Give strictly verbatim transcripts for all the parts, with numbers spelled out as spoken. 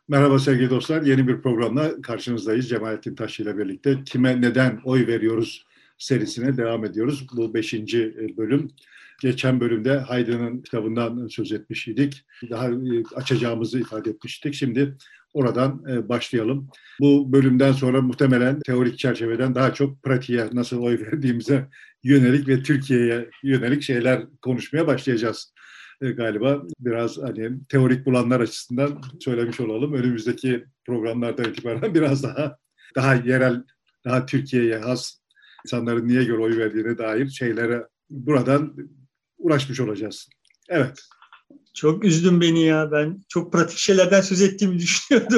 Merhaba sevgili dostlar, yeni bir programla karşınızdayız. Cemalettin Taşçı ile birlikte Kime Neden Oy Veriyoruz serisine devam ediyoruz. Bu beşinci bölüm. Geçen bölümde Haydn'ın kitabından söz etmiş idik. Daha açacağımızı ifade etmiştik. Şimdi oradan başlayalım. Bu bölümden sonra muhtemelen teorik çerçeveden daha çok pratiğe nasıl oy verdiğimize yönelik ve Türkiye'ye yönelik şeyler konuşmaya başlayacağız. Galiba biraz hani teorik bulanlar açısından söylemiş olalım. Önümüzdeki programlardan itibaren biraz daha daha yerel, daha Türkiye'ye has insanların niye göre oy verdiğine dair şeylere buradan uğraşmış olacağız. Evet. Çok üzdün beni ya. Ben çok pratik şeylerden söz ettiğimi düşünüyordum.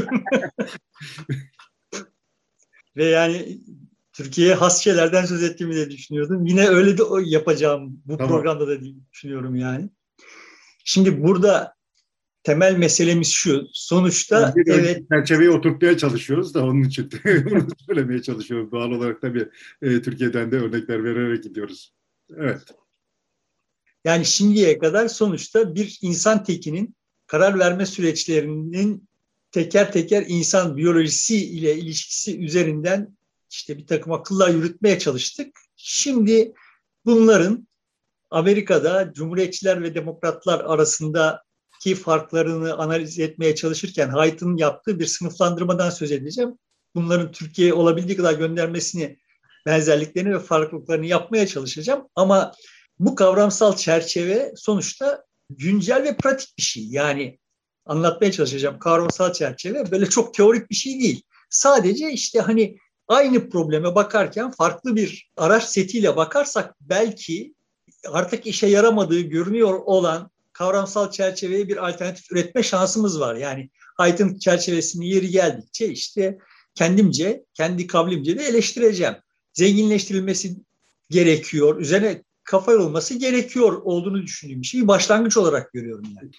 Ve yani Türkiye'ye has şeylerden söz ettiğimi de düşünüyordum. Yine öyle de yapacağım bu tamam. Programda da düşünüyorum yani. Şimdi burada temel meselemiz şu. Sonuçta yani evet. Çerçeveyi oturtmaya çalışıyoruz da onun için bunu söylemeye çalışıyoruz. Doğal olarak tabii e, Türkiye'den de örnekler vererek gidiyoruz. Evet. Yani şimdiye kadar sonuçta bir insan tekinin karar verme süreçlerinin teker teker insan biyolojisi ile ilişkisi üzerinden işte bir takım akıllar yürütmeye çalıştık. Şimdi bunların Amerika'da Cumhuriyetçiler ve Demokratlar arasındaki farklarını analiz etmeye çalışırken Haydt'ın yaptığı bir sınıflandırmadan söz edeceğim. Bunların Türkiye'ye olabildiği kadar göndermesini, benzerliklerini ve farklılıklarını yapmaya çalışacağım. Ama bu kavramsal çerçeve sonuçta güncel ve pratik bir şey. Yani anlatmaya çalışacağım kavramsal çerçeve böyle çok teorik bir şey değil. Sadece işte hani aynı probleme bakarken farklı bir araç setiyle bakarsak belki artık işe yaramadığı görünüyor olan kavramsal çerçeveye bir alternatif üretme şansımız var. Yani Haydt'ın çerçevesini yeri geldikçe işte kendimce, kendi kavlimce de eleştireceğim. Zenginleştirilmesi gerekiyor, üzerine kafa yorulması gerekiyor olduğunu düşündüğüm bir şey. Bir başlangıç olarak görüyorum yani.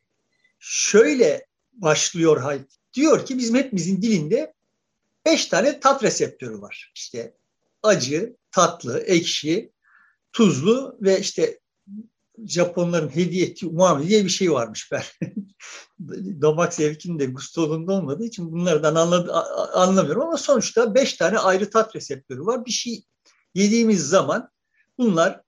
Şöyle başlıyor Haidt. Diyor ki bizim hepimizin dilinde beş tane tat reseptörü var. İşte acı, tatlı, ekşi, tuzlu ve işte Japonların hediye ettiği umami diye bir şey varmış ben. Damak zevkinin de gustoluğunda olmadığı için bunlardan anladı, anlamıyorum ama sonuçta beş tane ayrı tat reseptörü var. Bir şey yediğimiz zaman bunlar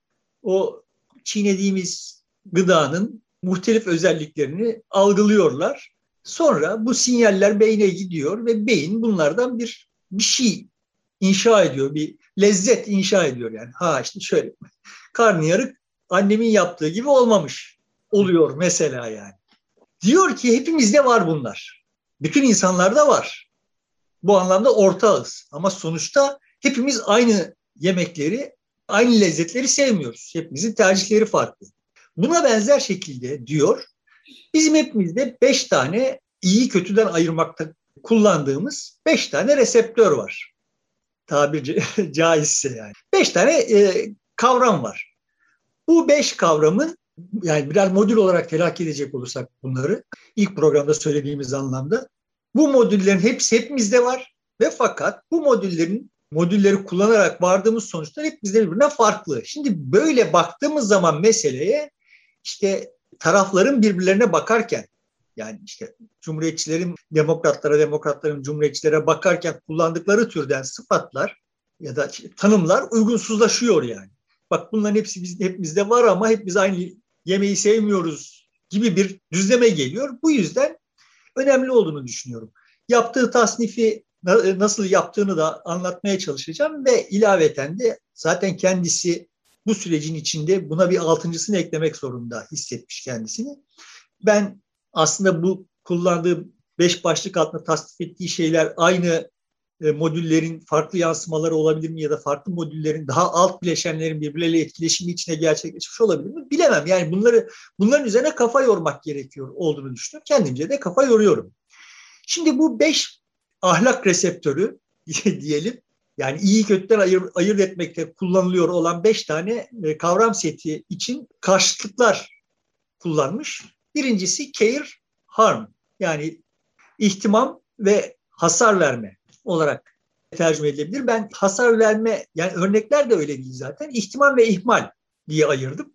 o çiğnediğimiz gıdanın muhtelif özelliklerini algılıyorlar. Sonra bu sinyaller beyne gidiyor ve beyin bunlardan bir bir şey inşa ediyor, bir lezzet inşa ediyor yani. Ha işte şöyle karnıyarık annemin yaptığı gibi olmamış oluyor mesela yani. Diyor ki hepimizde var bunlar. Bütün insanlarda var. Bu anlamda ortağız. Ama sonuçta hepimiz aynı yemekleri, aynı lezzetleri sevmiyoruz. Hepimizin tercihleri farklı. Buna benzer şekilde diyor, bizim hepimizde beş tane iyi kötüden ayırmakta kullandığımız beş tane reseptör var. Tabiri caizse yani. Beş tane e, kavram var. Bu beş kavramın yani birer modül olarak telakki edecek olursak bunları ilk programda söylediğimiz anlamda bu modüllerin hepsi hepimizde var ve fakat bu modüllerin modülleri kullanarak vardığımız sonuçlar hepimizde birbirine farklı. Şimdi böyle baktığımız zaman meseleye işte tarafların birbirlerine bakarken yani işte cumhuriyetçilerin demokratlara, demokratların cumhuriyetçilere bakarken kullandıkları türden sıfatlar ya da tanımlar uygunsuzlaşıyor yani. Bak bunların hepsi biz, hepimizde var ama hep biz aynı yemeği sevmiyoruz gibi bir düzleme geliyor. Bu yüzden önemli olduğunu düşünüyorum. Yaptığı tasnifi nasıl yaptığını da anlatmaya çalışacağım ve ilaveten de zaten kendisi bu sürecin içinde buna bir altıncısını eklemek zorunda hissetmiş kendisini. Ben aslında bu kullandığı beş başlık altında tasnif ettiği şeyler aynı modüllerin farklı yansımaları olabilir mi ya da farklı modüllerin daha alt bileşenlerin birbirleriyle etkileşimi içine gerçekleşmiş olabilir mi? Bilemem. Yani bunları bunların üzerine kafa yormak gerekiyor olduğunu düşünüyorum. Kendimce de kafa yoruyorum. Şimdi bu beş ahlak reseptörü diyelim. Yani iyi kötüden ayır, ayırt etmekte kullanılıyor olan beş tane kavram seti için karşıtlıklar kullanmış. Birincisi care, harm yani ihtimam ve hasar verme olarak tercüme edilebilir. Ben hasar verme yani örnekler de öyle değil zaten. İhtimam ve ihmal diye ayırdım.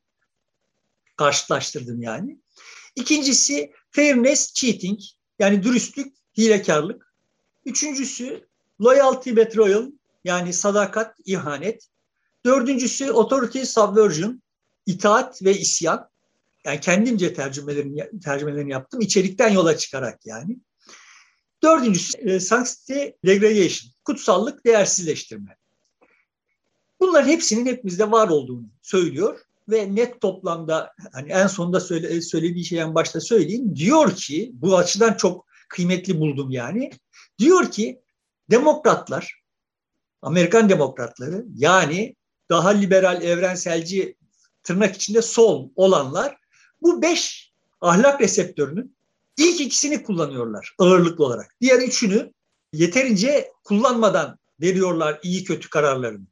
Karşılaştırdım yani. İkincisi fairness, cheating yani dürüstlük, hilekarlık. Üçüncüsü loyalty betrayal, yani sadakat, ihanet. Dördüncüsü authority subversion, itaat ve isyan. Yani kendimce tercümelerini, tercümelerini yaptım. İçerikten yola çıkarak yani. Dördüncüsü e, sanctity degradation, kutsallık, değersizleştirme. Bunların hepsinin hepimizde var olduğunu söylüyor ve net toplamda, hani en sonunda söyle, söylediği şeyi en başta söyleyeyim, diyor ki, bu açıdan çok kıymetli buldum yani, diyor ki demokratlar, Amerikan demokratları, yani daha liberal, evrenselci, tırnak içinde sol olanlar, bu beş ahlak reseptörünün ilk ikisini kullanıyorlar ağırlıklı olarak. Diğer üçünü yeterince kullanmadan veriyorlar iyi kötü kararlarını.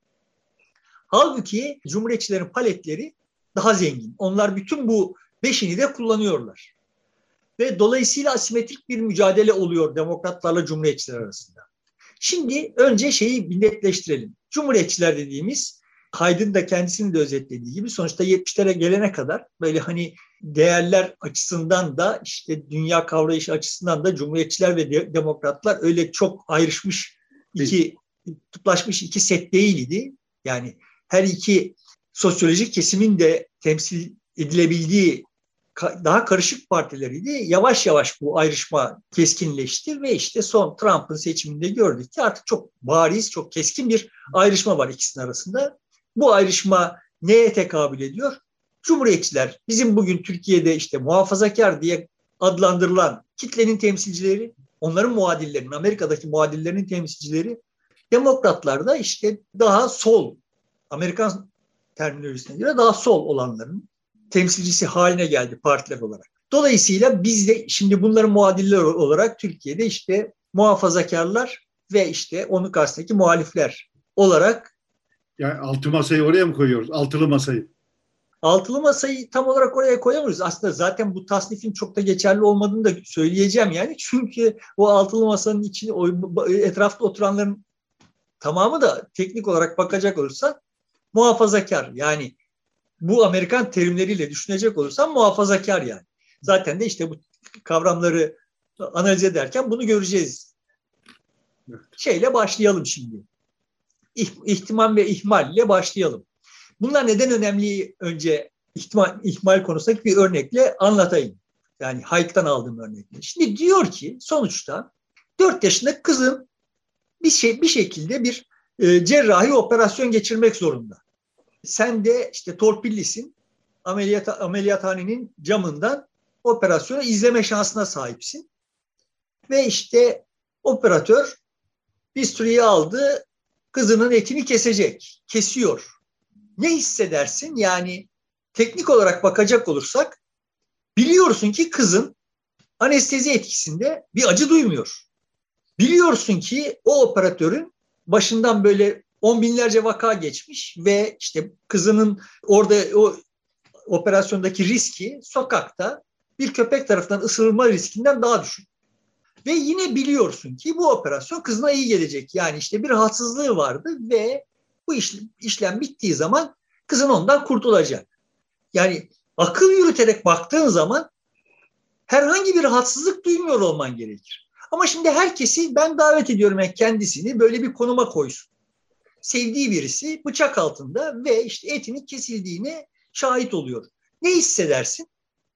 Halbuki cumhuriyetçilerin paletleri daha zengin. Onlar bütün bu beşini de kullanıyorlar. Ve dolayısıyla asimetrik bir mücadele oluyor demokratlarla cumhuriyetçiler arasında. Şimdi önce şeyi netleştirelim. Cumhuriyetçiler dediğimiz, Haydn da kendisinin de özetlediği gibi, sonuçta yetmişlere gelene kadar böyle hani değerler açısından da, işte dünya kavrayışı açısından da cumhuriyetçiler ve de- demokratlar öyle çok ayrışmış iki, kutuplaşmış iki set değildi. Yani her iki sosyolojik kesimin de temsil edilebildiği daha karışık partileriydi. Yavaş yavaş bu ayrışma keskinleşti ve işte son Trump'ın seçiminde gördük ki artık çok bariz, çok keskin bir ayrışma var ikisinin arasında. Bu ayrışma neye tekabül ediyor? Cumhuriyetçiler, bizim bugün Türkiye'de işte muhafazakar diye adlandırılan kitlenin temsilcileri, onların muadillerinin, Amerika'daki muadillerinin temsilcileri, demokratlar da işte daha sol, Amerikan terminolojisine göre daha sol olanların temsilcisi haline geldi partiler olarak. Dolayısıyla biz de şimdi bunların muadilleri olarak Türkiye'de işte muhafazakarlar ve işte onun karşısındaki muhalifler olarak. Yani altı masayı oraya mı koyuyoruz? Altılı masayı. Altılı masayı tam olarak oraya koyamıyoruz. Aslında zaten bu tasnifin çok da geçerli olmadığını da söyleyeceğim yani. Çünkü o altılı masanın içinde o etrafta oturanların tamamı da teknik olarak bakacak olursak muhafazakar. Yani bu Amerikan terimleriyle düşünecek olursan muhafazakar yani. Zaten de işte bu kavramları analiz ederken bunu göreceğiz. Şeyle başlayalım şimdi. İhtimam ve ihmal ile başlayalım. Bunlar neden önemli, önce ihtimal, ihmal konusundaki bir örnekle anlatayım. Yani Hayek'tan aldığım örnekle. Şimdi diyor ki sonuçta dört yaşında kızın bir şey bir şekilde bir e, cerrahi operasyon geçirmek zorunda. Sen de işte torpillisin. Ameliyat, ameliyathanenin camından operasyonu izleme şansına sahipsin. Ve işte operatör bisturiyi aldı, kızının etini kesecek. Kesiyor. Ne hissedersin? Yani teknik olarak bakacak olursak biliyorsun ki kızın anestezi etkisinde bir acı duymuyor. Biliyorsun ki o operatörün başından böyle on binlerce vaka geçmiş ve işte kızının orada o operasyondaki riski sokakta bir köpek tarafından ısırılma riskinden daha düşük. Ve yine biliyorsun ki bu operasyon kızına iyi gelecek. Yani işte bir rahatsızlığı vardı ve bu işlem bittiği zaman kızın ondan kurtulacak. Yani akıl yürüterek baktığın zaman herhangi bir rahatsızlık duymuyor olman gerekir. Ama şimdi herkesi ben davet ediyorum, yani kendisini böyle bir konuma koysun. Sevdiği birisi bıçak altında ve işte etinin kesildiğine şahit oluyor. Ne hissedersin?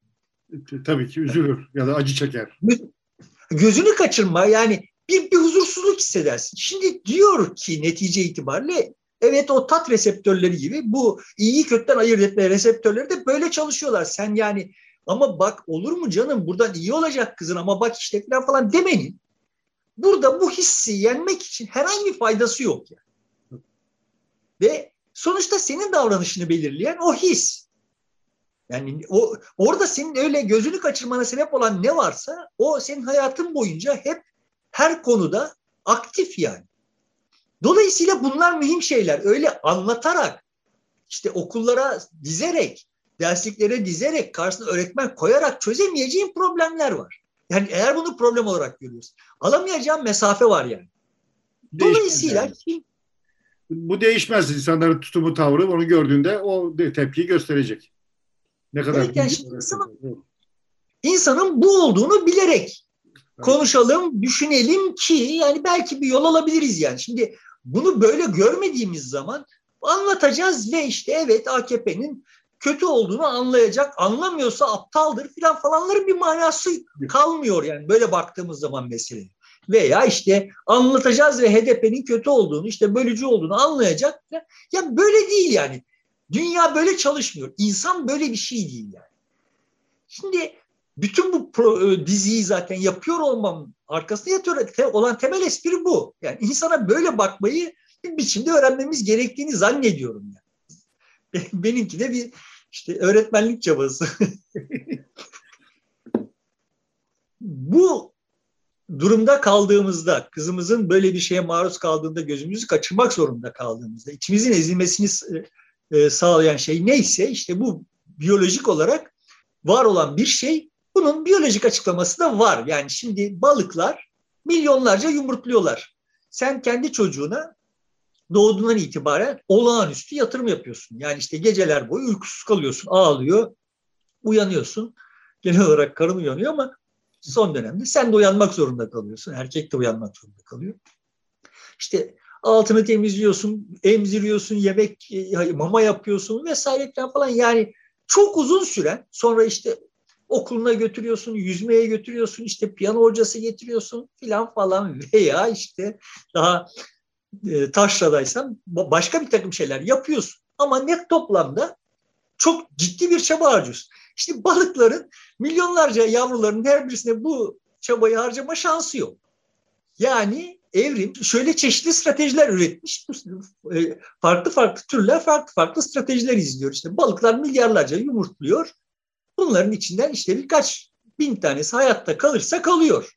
Tabii ki üzülür ya da acı çeker. Gözünü kaçırma, yani bir, bir huzursuzluk hissedersin. Şimdi diyor ki netice itibariyle evet, o tat reseptörleri gibi bu iyiyi kötüden ayırt etme reseptörleri de böyle çalışıyorlar. Sen yani ama bak olur mu canım, buradan iyi olacak kızın ama bak işte falan falan demenin burada bu hissi yenmek için herhangi bir faydası yok yani. Ve sonuçta senin davranışını belirleyen o his. Yani o orada senin öyle gözünü kaçırmana sebep olan ne varsa o senin hayatın boyunca hep her konuda aktif yani. Dolayısıyla bunlar mühim şeyler. Öyle anlatarak, işte okullara dizerek, dersliklere dizerek, karşısına öğretmen koyarak çözemeyeceğin problemler var. Yani eğer bunu problem olarak görüyorsun, alamayacağın mesafe var yani. Dolayısıyla yani. Bu değişmez. İnsanların tutumu, tavrı onu gördüğünde o tepkiyi gösterecek. Ne kadar evet, yani şimdi insanın, insanın bu olduğunu bilerek konuşalım, düşünelim ki yani belki bir yol alabiliriz yani. Şimdi bunu böyle görmediğimiz zaman anlatacağız ve işte evet A K P'nin kötü olduğunu anlayacak, anlamıyorsa aptaldır filan falanların bir manası kalmıyor yani böyle baktığımız zaman meseleye. Veya işte anlatacağız ve H D P'nin kötü olduğunu, işte bölücü olduğunu anlayacak. Ya böyle değil yani. Dünya böyle çalışmıyor. İnsan böyle bir şey değil yani. Şimdi bütün bu pro, diziyi zaten yapıyor olmam arkasında yatıyor olan temel espri bu. Yani insana böyle bakmayı bir biçimde öğrenmemiz gerektiğini zannediyorum yani. Benimki de bir işte öğretmenlik çabası. Bu durumda kaldığımızda, kızımızın böyle bir şeye maruz kaldığında, gözümüzü kaçırmak zorunda kaldığımızda, içimizin ezilmesini sağlayan şey neyse işte bu biyolojik olarak var olan bir şey. Bunun biyolojik açıklaması da var. Yani şimdi balıklar milyonlarca yumurtluyorlar. Sen kendi çocuğuna doğduğundan itibaren olağanüstü yatırım yapıyorsun. Yani işte geceler boyu uykusuz kalıyorsun, ağlıyor, uyanıyorsun. Genel olarak karın uyanıyor ama son dönemde sen de uyanmak zorunda kalıyorsun. Erkek de uyanmak zorunda kalıyor. İşte altını temizliyorsun, emziriyorsun, yemek, mama yapıyorsun vesaire falan. Yani çok uzun süren, sonra işte okuluna götürüyorsun, yüzmeye götürüyorsun, işte piyano hocası getiriyorsun filan falan veya işte daha e, taşradaysan başka bir takım şeyler yapıyorsun. Ama net toplamda çok ciddi bir çaba harcıyorsun. İşte balıkların milyonlarca yavruların her birisine bu çabayı harcama şansı yok. Yani evrim şöyle çeşitli stratejiler üretmiş. Farklı farklı türler farklı farklı stratejiler izliyor. İşte balıklar milyarlarca yumurtluyor. Bunların içinden işte birkaç bin tanesi hayatta kalırsa kalıyor.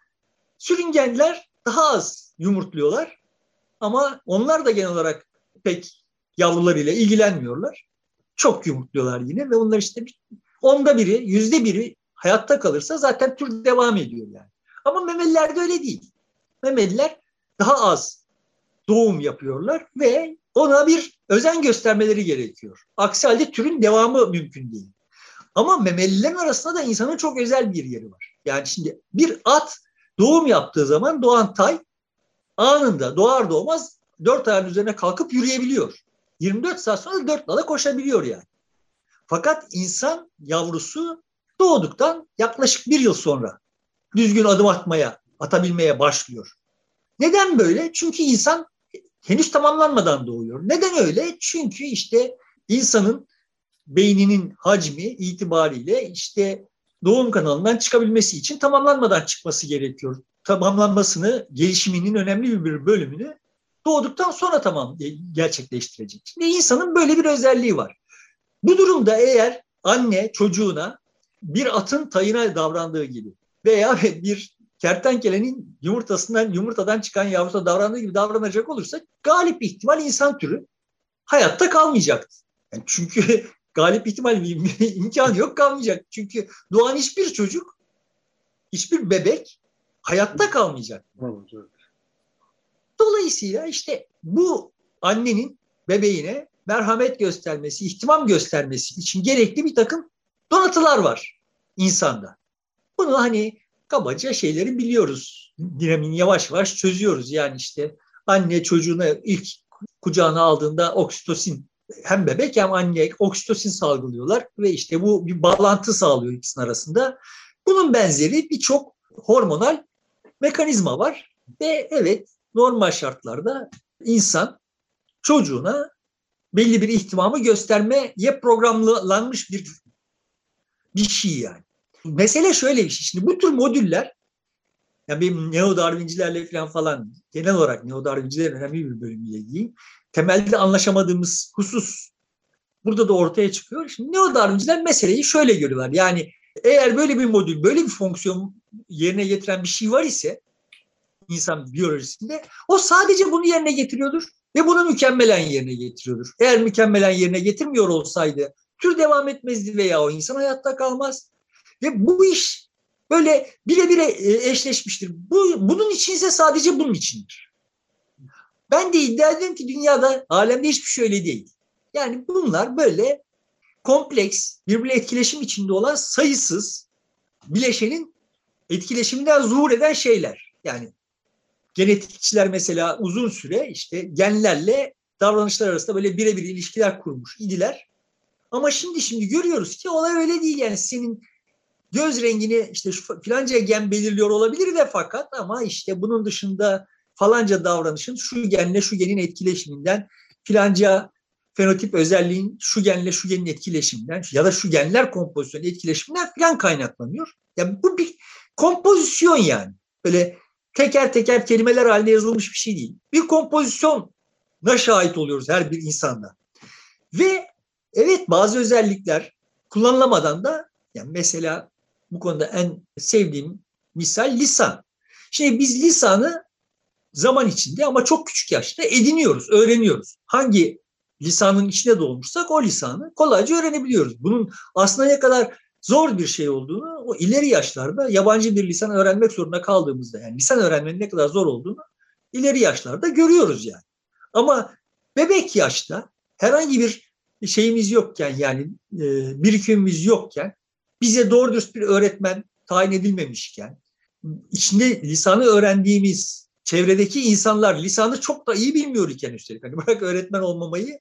Sürüngenler daha az yumurtluyorlar ama onlar da genel olarak pek yavrularıyla ilgilenmiyorlar. Çok yumurtluyorlar yine ve onlar işte onda biri, yüzde biri hayatta kalırsa zaten tür devam ediyor yani. Ama memelilerde öyle değil. Memeliler daha az doğum yapıyorlar ve ona bir özen göstermeleri gerekiyor. Aksi halde türün devamı mümkün değil. Ama memelilerin arasında da insanın çok özel bir yeri var. Yani şimdi bir at doğum yaptığı zaman doğan tay anında doğar doğmaz dört ayağın üzerine kalkıp yürüyebiliyor. yirmi dört saat sonra dört nala koşabiliyor yani. Fakat insan yavrusu doğduktan yaklaşık bir yıl sonra düzgün adım atmaya, atabilmeye başlıyor. Neden böyle? Çünkü insan henüz tamamlanmadan doğuyor. Neden öyle? Çünkü işte insanın beyninin hacmi itibariyle işte doğum kanalından çıkabilmesi için tamamlanmadan çıkması gerekiyor. Tamamlanmasını, gelişiminin önemli bir bölümünü doğduktan sonra tamam gerçekleştirecek. Şimdi insanın böyle bir özelliği var. Bu durumda eğer anne çocuğuna bir atın tayına davrandığı gibi veya bir kertenkelenin yumurtasından yumurtadan çıkan yavrusuna davrandığı gibi davranacak olursa galip ihtimal insan türü hayatta kalmayacaktır. Yani çünkü galip ihtimal imkanı yok, kalmayacak. Çünkü doğan hiçbir çocuk, hiçbir bebek hayatta kalmayacak. Dolayısıyla işte bu annenin bebeğine merhamet göstermesi, ihtimam göstermesi için gerekli bir takım donatılar var insanda. Bunu hani kabaca şeyleri biliyoruz. Dinamini yavaş yavaş çözüyoruz. Yani işte anne çocuğuna ilk kucağına aldığında oksitosin, hem bebek hem anne oksitosin salgılıyorlar ve işte bu bir bağlantı sağlıyor ikisinin arasında. Bunun benzeri birçok hormonal mekanizma var ve evet normal şartlarda insan çocuğuna belli bir ihtimamı göstermeye programlanmış bir bir şey yani. Mesele şöyle bir şey. Şimdi bu tür modüller, yani benim neo-darwincilerle falan falan genel olarak neo-darwincilerin önemli bir bölümüyle ilgili temelde anlaşamadığımız husus burada da ortaya çıkıyor. Şimdi neo-darwinciler meseleyi şöyle görüyorlar. Yani eğer böyle bir modül, böyle bir fonksiyon yerine getiren bir şey var ise insan biyolojisinde o sadece bunu yerine getiriyordur ve bunu mükemmelen yerine getiriyordur. Eğer mükemmelen yerine getirmiyor olsaydı tür devam etmezdi veya o insan hayatta kalmaz. Ve bu iş böyle bire bire eşleşmiştir. Bu, bunun için ise sadece bunun içindir. Ben de iddia ederim ki dünyada, alemde hiçbir şey öyle değil. Yani bunlar böyle kompleks, birbiriyle etkileşim içinde olan sayısız bileşenin etkileşiminden zuhur eden şeyler. Yani genetikçiler mesela uzun süre işte genlerle davranışlar arasında böyle birebir ilişkiler kurmuş idiler. Ama şimdi şimdi görüyoruz ki olay öyle değil. Yani senin göz rengini işte şu filanca gen belirliyor olabilir de fakat ama işte bunun dışında falanca davranışın şu genle şu genin etkileşiminden, filanca fenotip özelliğin şu genle şu genin etkileşiminden ya da şu genler kompozisyonu etkileşiminden filan kaynaklanıyor. Yani bu bir kompozisyon yani. Böyle teker teker kelimeler haline yazılmış bir şey değil. Bir kompozisyona şahit oluyoruz her bir insanda. Ve evet bazı özellikler kullanılamadan da yani mesela bu konuda en sevdiğim misal lisan. Şimdi biz lisanı zaman içinde ama çok küçük yaşta ediniyoruz, öğreniyoruz. Hangi lisanın içine doğmuşsak o lisanı kolayca öğrenebiliyoruz. Bunun aslında ne kadar zor bir şey olduğunu o ileri yaşlarda yabancı bir lisan öğrenmek zorunda kaldığımızda yani lisan öğrenmenin ne kadar zor olduğunu ileri yaşlarda görüyoruz yani. Ama bebek yaşta herhangi bir şeyimiz yokken yani e, birikimimiz yokken bize doğru dürüst bir öğretmen tayin edilmemişken içinde lisanı öğrendiğimiz çevredeki insanlar lisanı çok da iyi bilmiyor iken üstelik hani bırak öğretmen olmamayı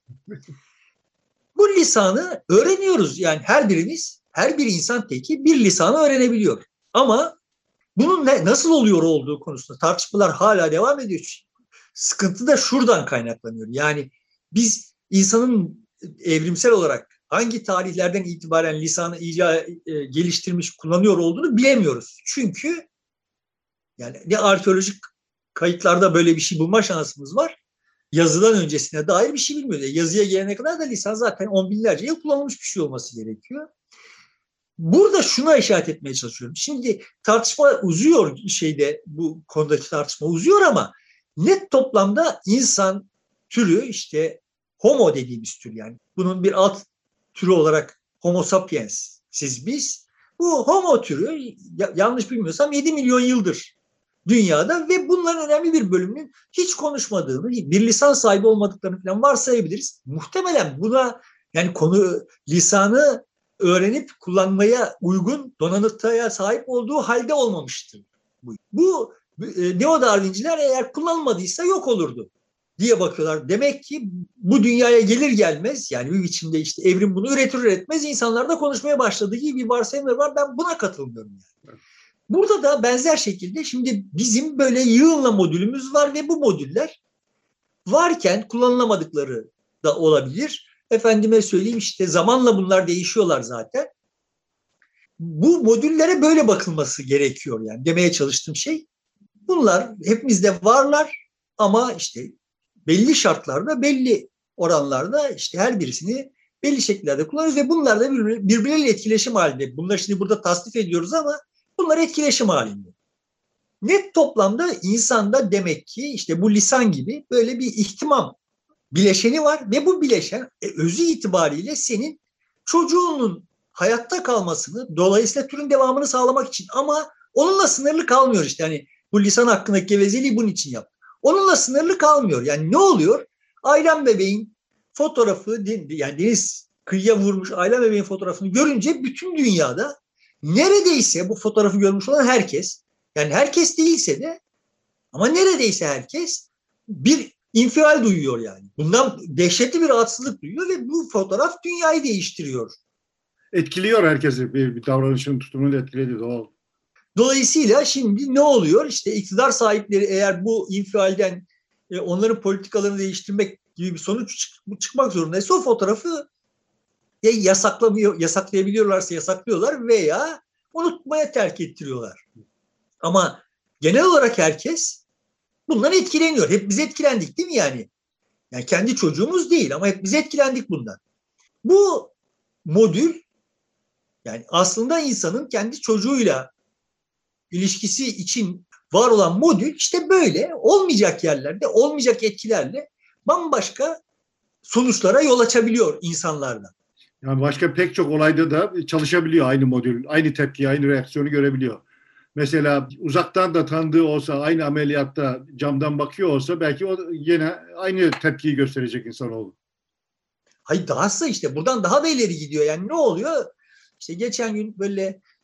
bu lisanı öğreniyoruz yani her birimiz her bir insan teki bir lisanı öğrenebiliyor ama bunun ne, nasıl oluyor olduğu konusunda tartışmalar hala devam ediyor. Sıkıntı da şuradan kaynaklanıyor yani biz insanın evrimsel olarak hangi tarihlerden itibaren lisanı iyice e, geliştirmiş, kullanıyor olduğunu bilemiyoruz. Çünkü yani ne arkeolojik kayıtlarda böyle bir şey bulma şansımız var. Yazıdan öncesine dair bir şey bilmiyoruz. Yazıya gelene kadar da lisan zaten on binlerce yıl kullanılmış bir şey olması gerekiyor. Burada şuna işaret etmeye çalışıyorum. Şimdi tartışma uzuyor şeyde bu konudaki tartışma uzuyor ama net toplamda insan türü işte homo dediğimiz tür yani bunun bir alt türü olarak homo sapiens siz biz bu homo türü yanlış bilmiyorsam yedi milyon yıldır dünyada ve bunların önemli bir bölümünün hiç konuşmadığını bir lisan sahibi olmadıklarını falan varsayabiliriz. Muhtemelen buna yani konu lisanı öğrenip kullanmaya uygun donanıtaya sahip olduğu halde olmamıştır. Bu, bu e, neo-darwinciler eğer kullanılmadıysa yok olurdu diye bakıyorlar. Demek ki bu dünyaya gelir gelmez yani bir biçimde işte evrim bunu üretir üretmez insanlar da konuşmaya başladığı gibi bir varsayımlar var. Ben buna katılmıyorum yani. Burada da benzer şekilde şimdi bizim böyle yığınla modülümüz var ve bu modüller varken kullanılamadıkları da olabilir. Efendime söyleyeyim işte zamanla bunlar değişiyorlar zaten. Bu modüllere böyle bakılması gerekiyor yani demeye çalıştığım şey. Bunlar hepimizde varlar ama işte belli şartlarda belli oranlarda işte her birisini belli şekillerde kullanıyoruz ve bunlar da birbirleriyle etkileşim halinde. Bunları şimdi burada tasnif ediyoruz ama bunlar etkileşim halinde. Net toplamda insanda demek ki işte bu lisan gibi böyle bir ihtimam bileşeni var ve bu bileşen e, özü itibariyle senin çocuğunun hayatta kalmasını dolayısıyla türün devamını sağlamak için ama onunla sınırlı kalmıyor işte hani bu lisan hakkındaki gevezeliği bunun için yap. Onunla sınırlı kalmıyor. Yani ne oluyor? Aylan bebeğin fotoğrafı yani deniz kıyıya vurmuş Aylan bebeğin fotoğrafını görünce bütün dünyada neredeyse bu fotoğrafı görmüş olan herkes yani herkes değilse de ama neredeyse herkes bir infial duyuyor yani. Bundan dehşetli bir rahatsızlık duyuyor ve bu fotoğraf dünyayı değiştiriyor. Etkiliyor herkesi. Bir, bir davranışın tutumunu etkiledi doğal. Dolayısıyla şimdi ne oluyor? İşte iktidar sahipleri eğer bu infialden e, onların politikalarını değiştirmek gibi bir sonuç çık- çıkmak zorundaysa o fotoğrafı ya yasaklamıyor, yasaklayabiliyorlarsa yasaklıyorlar veya unutmaya terk ettiriyorlar. Ama genel olarak herkes bundan etkileniyor. Hep biz etkilendik değil mi yani? Yani kendi çocuğumuz değil ama hep biz etkilendik bundan. Bu modül yani aslında insanın kendi çocuğuyla ilişkisi için var olan modül işte böyle olmayacak yerlerde, olmayacak etkilerle bambaşka sonuçlara yol açabiliyor insanlarda. Yani başka pek çok olayda da çalışabiliyor aynı modül, aynı tepkiyi, aynı reaksiyonu görebiliyor. Mesela uzaktan da tanıdığı olsa, aynı ameliyatta camdan bakıyor olsa belki o yine aynı tepkiyi gösterecek insanoğlu. Hayır dahası işte buradan daha da ileri gidiyor. Yani ne oluyor? İşte geçen gün böyle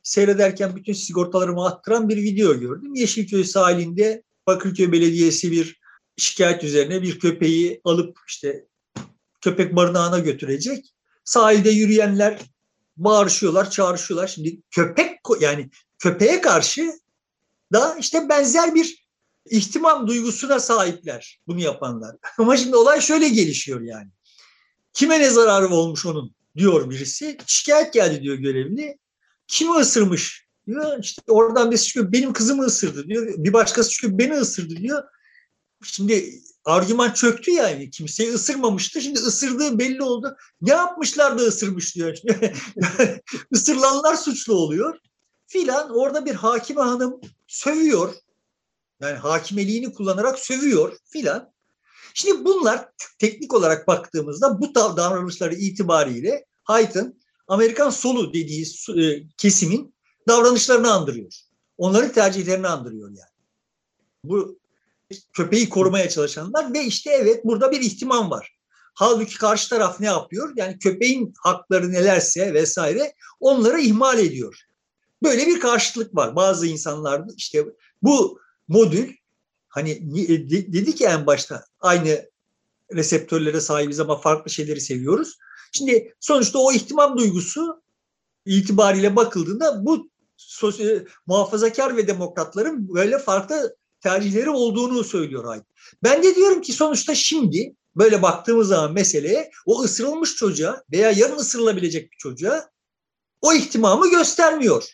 seyrederken bütün sigortalarımı attıran bir video gördüm. Yeşilköy sahilinde Bakırköy Belediyesi bir şikayet üzerine bir köpeği alıp işte köpek barınağına götürecek. Sahilde yürüyenler bağırışıyorlar, çağrışıyorlar. Şimdi köpek, yani köpeğe karşı da işte benzer bir ihtimam duygusuna sahipler bunu yapanlar. Ama şimdi olay şöyle gelişiyor yani. Kime ne zararı olmuş onun diyor birisi. Şikayet geldi diyor görevli. Kimi ısırmış diyor. İşte oradan birisi çıkıyor, benim kızımı ısırdı diyor. Bir başkası çıkıyor, beni ısırdı diyor. Şimdi argüman çöktü yani. Kimseyi ısırmamıştı. Şimdi ısırdığı belli oldu. Ne yapmışlar da ısırmış diyor. Isırılanlar suçlu oluyor. Filan orada bir hakime hanım sövüyor. Yani hakimeliğini kullanarak sövüyor filan. Şimdi bunlar teknik olarak baktığımızda bu davranışları itibariyle Haydt'ın Amerikan solu dediği kesimin davranışlarını andırıyor. Onların tercihlerini andırıyor yani. Bu köpeği korumaya çalışanlar ve işte evet burada bir ihtimam var. Halbuki karşı taraf ne yapıyor? Yani köpeğin hakları nelerse vesaire onları ihmal ediyor. Böyle bir karşıtlık var. Bazı insanlar işte bu modül hani dedik ya en başta aynı reseptörlere sahibiz ama farklı şeyleri seviyoruz. Şimdi sonuçta o ihtimam duygusu itibariyle bakıldığında bu sosyo, muhafazakar ve demokratların böyle farklı tercihleri olduğunu söylüyor Haydn. Ben de diyorum ki sonuçta şimdi böyle baktığımız zaman meseleye o ısırılmış çocuğa veya yarın ısırılabilecek bir çocuğa o ihtimamı göstermiyor.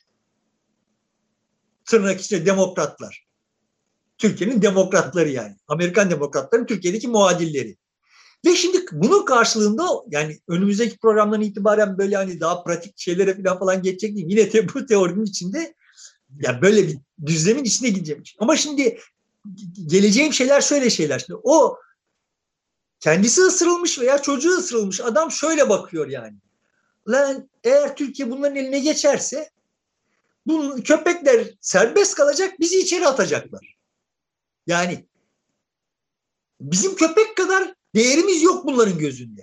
Tırnak içinde demokratlar. Türkiye'nin demokratları yani. Amerikan demokratların Türkiye'deki muadilleri. Ve şimdi bunun karşılığında yani önümüzdeki programdan itibaren böyle hani daha pratik şeylere falan falan geçecek değil. Yine de bu teorinin içinde yani böyle bir düzlemin içine gideceğim. Ama şimdi geleceğim şeyler şöyle şeyler. Şimdi o kendisi ısırılmış veya çocuğu ısırılmış adam şöyle bakıyor yani. Lan eğer Türkiye bunların eline geçerse bu köpekler serbest kalacak, bizi içeri atacaklar. Yani bizim köpek kadar değerimiz yok bunların gözünde.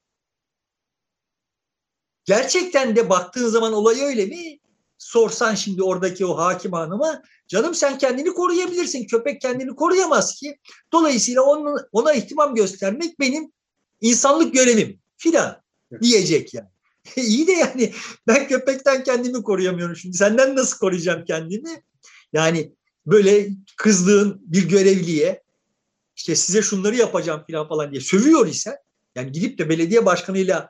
Gerçekten de baktığın zaman olay öyle mi? Sorsan şimdi oradaki o hakim hanıma, canım sen kendini koruyabilirsin. Köpek kendini koruyamaz ki. Dolayısıyla onun, ona ihtimam göstermek benim insanlık görevim filan diyecek yani. İyi de yani ben köpekten kendimi koruyamıyorum şimdi. Senden nasıl koruyacağım kendimi? Yani böyle kızdığın bir görevliye işte size şunları yapacağım falan falan diye sövüyor ise yani gidip de belediye başkanıyla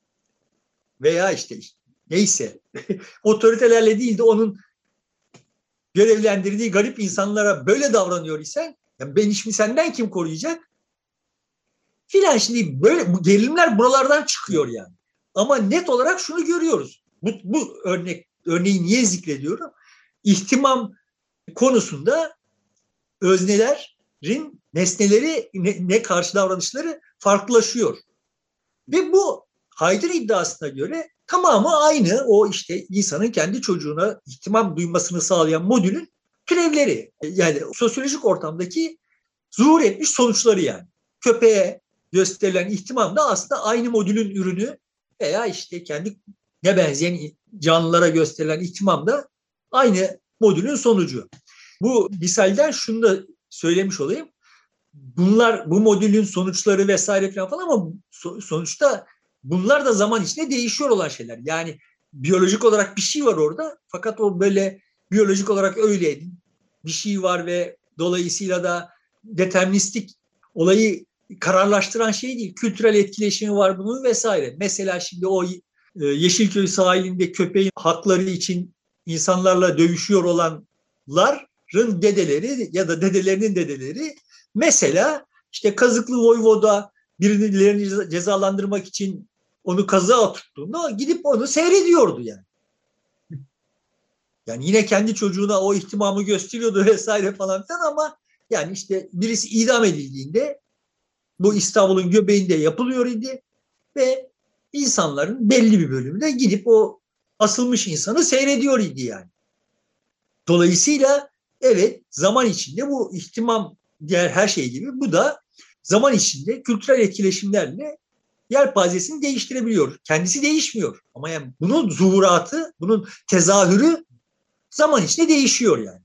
veya işte neyse otoritelerle değil de onun görevlendirdiği garip insanlara böyle davranıyor ise yani ben şimdi senden kim koruyacak? Filan şimdi böyle bu gerilimler buralardan çıkıyor yani. Ama net olarak şunu görüyoruz. Bu, bu örnek örneği niye zikrediyorum? İhtimam konusunda öznelerin nesneleri ne, ne karşı davranışları farklılaşıyor. Ve bu Haydn iddiasına göre tamamı aynı o işte insanın kendi çocuğuna ihtimam duymasını sağlayan modülün türevleri. Yani sosyolojik ortamdaki zuhur etmiş sonuçları yani. Köpeğe gösterilen ihtimam da aslında aynı modülün ürünü veya işte kendi ne benzeyen canlılara gösterilen ihtimam da aynı modülün sonucu. Bu misalden şunu da söylemiş olayım. Bunlar bu modülün sonuçları vesaire falan ama sonuçta bunlar da zaman içinde değişiyor olan şeyler. Yani biyolojik olarak bir şey var orada fakat o böyle biyolojik olarak öyle bir şey var ve dolayısıyla da deterministik olayı kararlaştıran şey değil. Kültürel etkileşimi var bunun vesaire. Mesela şimdi o Yeşilköy sahilinde köpeğin hakları için insanlarla dövüşüyor olanların dedeleri ya da dedelerinin dedeleri mesela işte Kazıklı Voyvoda birilerini cezalandırmak için onu kazığa tuttuğunda gidip onu seyrediyordu yani. Yani yine kendi çocuğuna o ihtimamı gösteriyordu vesaire falan filan ama yani işte birisi idam edildiğinde bu İstanbul'un göbeğinde yapılıyor idi ve insanların belli bir bölümü de gidip o asılmış insanı seyrediyor idi yani. Dolayısıyla evet zaman içinde bu ihtimam diğer her şey gibi bu da zaman içinde kültürel etkileşimlerle yelpazesini değiştirebiliyor. Kendisi değişmiyor. Ama yani bunun zuhuratı, bunun tezahürü zaman içinde değişiyor yani.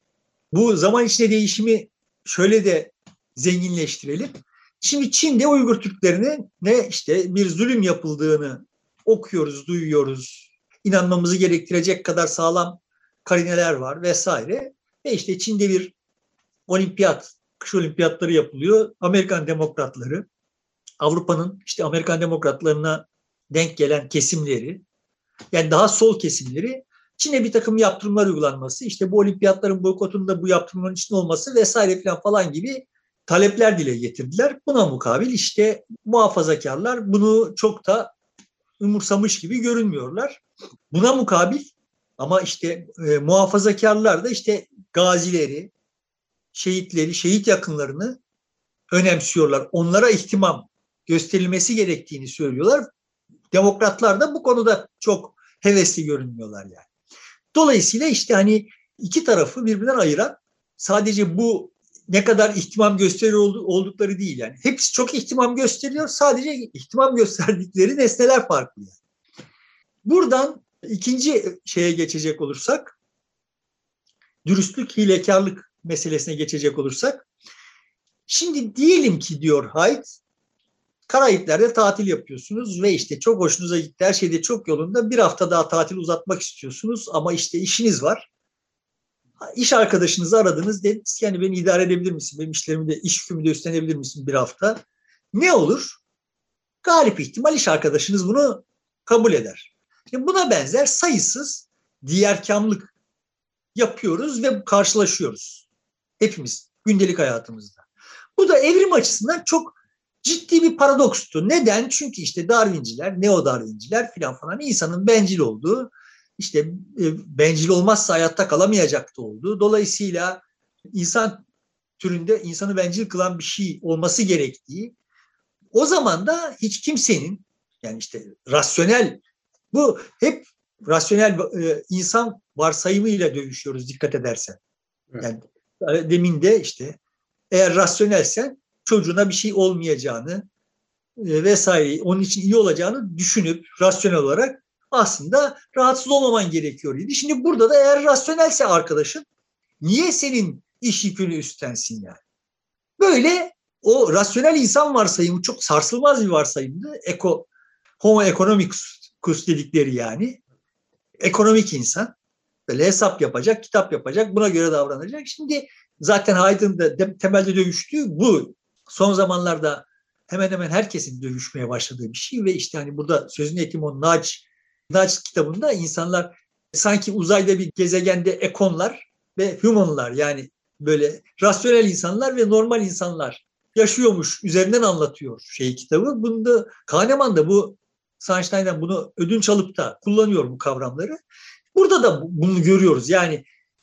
Bu zaman içinde değişimi şöyle de zenginleştirelim. Şimdi Çin'de Uygur Türklerine ne işte bir zulüm yapıldığını okuyoruz, duyuyoruz. İnanmamızı gerektirecek kadar sağlam karineler var vesaire. Ve işte Çin'de bir olimpiyat, kış olimpiyatları yapılıyor. Amerikan demokratları, Avrupa'nın işte Amerikan demokratlarına denk gelen kesimleri, yani daha sol kesimleri Çin'e bir takım yaptırımlar uygulanması, işte bu olimpiyatların boykotunda bu yaptırımların içinde olması vesaire falan falan gibi talepler dile getirdiler. Buna mukabil işte muhafazakarlar bunu çok da umursamış gibi görünmüyorlar. Buna mukabil ama işte e, muhafazakarlar da işte gazileri, şehitleri, şehit yakınlarını önemsiyorlar. Onlara ihtimam gösterilmesi gerektiğini söylüyorlar. Demokratlar da bu konuda çok hevesli görünmüyorlar yani. Dolayısıyla işte hani iki tarafı birbirinden ayıran sadece bu ne kadar ihtimam gösteriyor oldukları değil yani. Hepsi çok ihtimam gösteriyor. Sadece ihtimam gösterdikleri nesneler farklı yani. Buradan ikinci şeye geçecek olursak, dürüstlük, hilekarlık meselesine geçecek olursak, şimdi diyelim ki diyor Haidt, Karayipler'de tatil yapıyorsunuz ve işte çok hoşunuza gitti, her şeyde çok yolunda, bir hafta daha tatil uzatmak istiyorsunuz ama işte işiniz var. İş arkadaşınızı aradınız, dediniz ki yani beni idare edebilir misin? Benim işlerimi de, iş yükümü de üstlenebilir misin bir hafta? Ne olur? Galip ihtimal iş arkadaşınız bunu kabul eder. Şimdi buna benzer sayısız diğerkamlık yapıyoruz ve karşılaşıyoruz. Hepimiz gündelik hayatımızda. Bu da evrim açısından çok ciddi bir paradokstu. Neden? Çünkü işte Darwinciler, neo-Darwinciler filan falan insanın bencil olduğu, işte e, bencil olmazsa hayatta kalamayacaktı olduğu. Dolayısıyla insan türünde insanı bencil kılan bir şey olması gerektiği. O zaman da hiç kimsenin yani işte rasyonel, bu hep rasyonel e, insan varsayımıyla dövüşüyoruz dikkat edersen. Evet. Yani demin de işte eğer rasyonelsen çocuğuna bir şey olmayacağını e, vesaire onun için iyi olacağını düşünüp rasyonel olarak aslında rahatsız olmaman gerekiyor idi. Şimdi burada da eğer rasyonelse arkadaşın niye senin iş yükünü üstlensin yani? Böyle o rasyonel insan varsayımı çok sarsılmaz bir varsayımdı. Eko, homo economicus dedikleri yani. Ekonomik insan. Böyle hesap yapacak, kitap yapacak, buna göre davranacak. Şimdi zaten Haydn'ın da de, temelde dövüştüğü bu. Son zamanlarda hemen hemen herkesin dövüşmeye başladığı bir şey ve işte hani burada sözünü ettiğim o Nudge, Nudge kitabında insanlar sanki uzayda bir gezegende ekonlar ve humanlar yani böyle rasyonel insanlar ve normal insanlar yaşıyormuş üzerinden anlatıyor şey kitabı. Bunda Kahneman da bu Sunstein'den bunu ödünç alıp da kullanıyor bu kavramları. Burada da bunu görüyoruz. Yani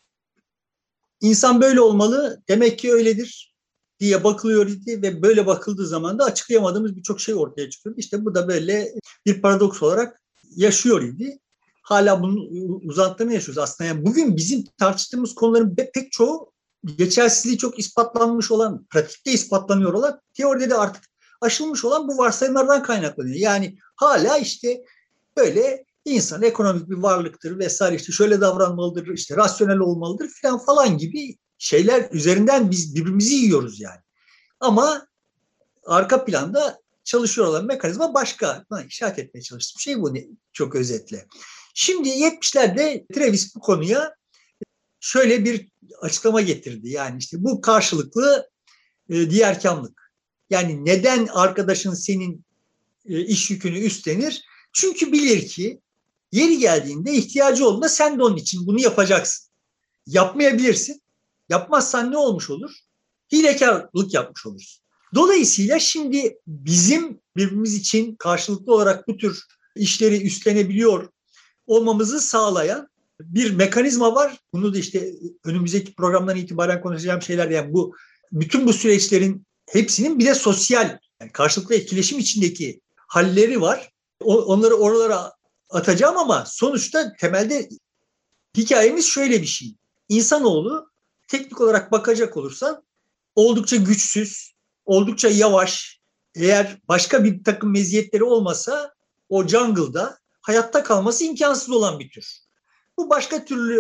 insan böyle olmalı, demek ki öyledir diye bakılıyor idi ve böyle bakıldığı zaman da açıklayamadığımız birçok şey ortaya çıkıyor. İşte bu da böyle bir paradoks olarak yaşıyor idi. Hala bunun uzantısını yaşıyoruz aslında. Yani bugün bizim tartıştığımız konuların pek çoğu geçersizliği çok ispatlanmış olan, pratikte ispatlanıyor olan, teoride de artık aşılmış olan bu varsayımlardan kaynaklanıyor. Yani hala işte böyle İnsan ekonomik bir varlıktır vesaire işte şöyle davranmalıdır, işte rasyonel olmalıdır falan falan gibi şeyler üzerinden biz birbirimizi yiyoruz yani. Ama arka planda çalışıyor olan mekanizma başka. Ha, işaret etmeye çalıştığım şey bu çok özetle. Şimdi yetmişlerde Travis bu konuya şöyle bir açıklama getirdi. Yani işte bu karşılıklı e, diğerkamlık. Yani neden arkadaşın senin e, iş yükünü üstlenir? Çünkü bilir ki yeri geldiğinde ihtiyacı olduğunda sen de onun için bunu yapacaksın. Yapmayabilirsin. Yapmazsan ne olmuş olur? Hilekarlık yapmış olursun. Dolayısıyla şimdi bizim birbirimiz için karşılıklı olarak bu tür işleri üstlenebiliyor olmamızı sağlayan bir mekanizma var. Bunu da işte önümüzdeki programdan itibaren konuşacağım şeyler yani bu bütün bu süreçlerin hepsinin bir de sosyal yani karşılıklı etkileşim içindeki halleri var. Onları oralara atacağım ama sonuçta temelde hikayemiz şöyle bir şey. İnsanoğlu teknik olarak bakacak olursan oldukça güçsüz, oldukça yavaş. Eğer başka bir takım meziyetleri olmasa o jungle'da hayatta kalması imkansız olan bir tür. Bu başka türlü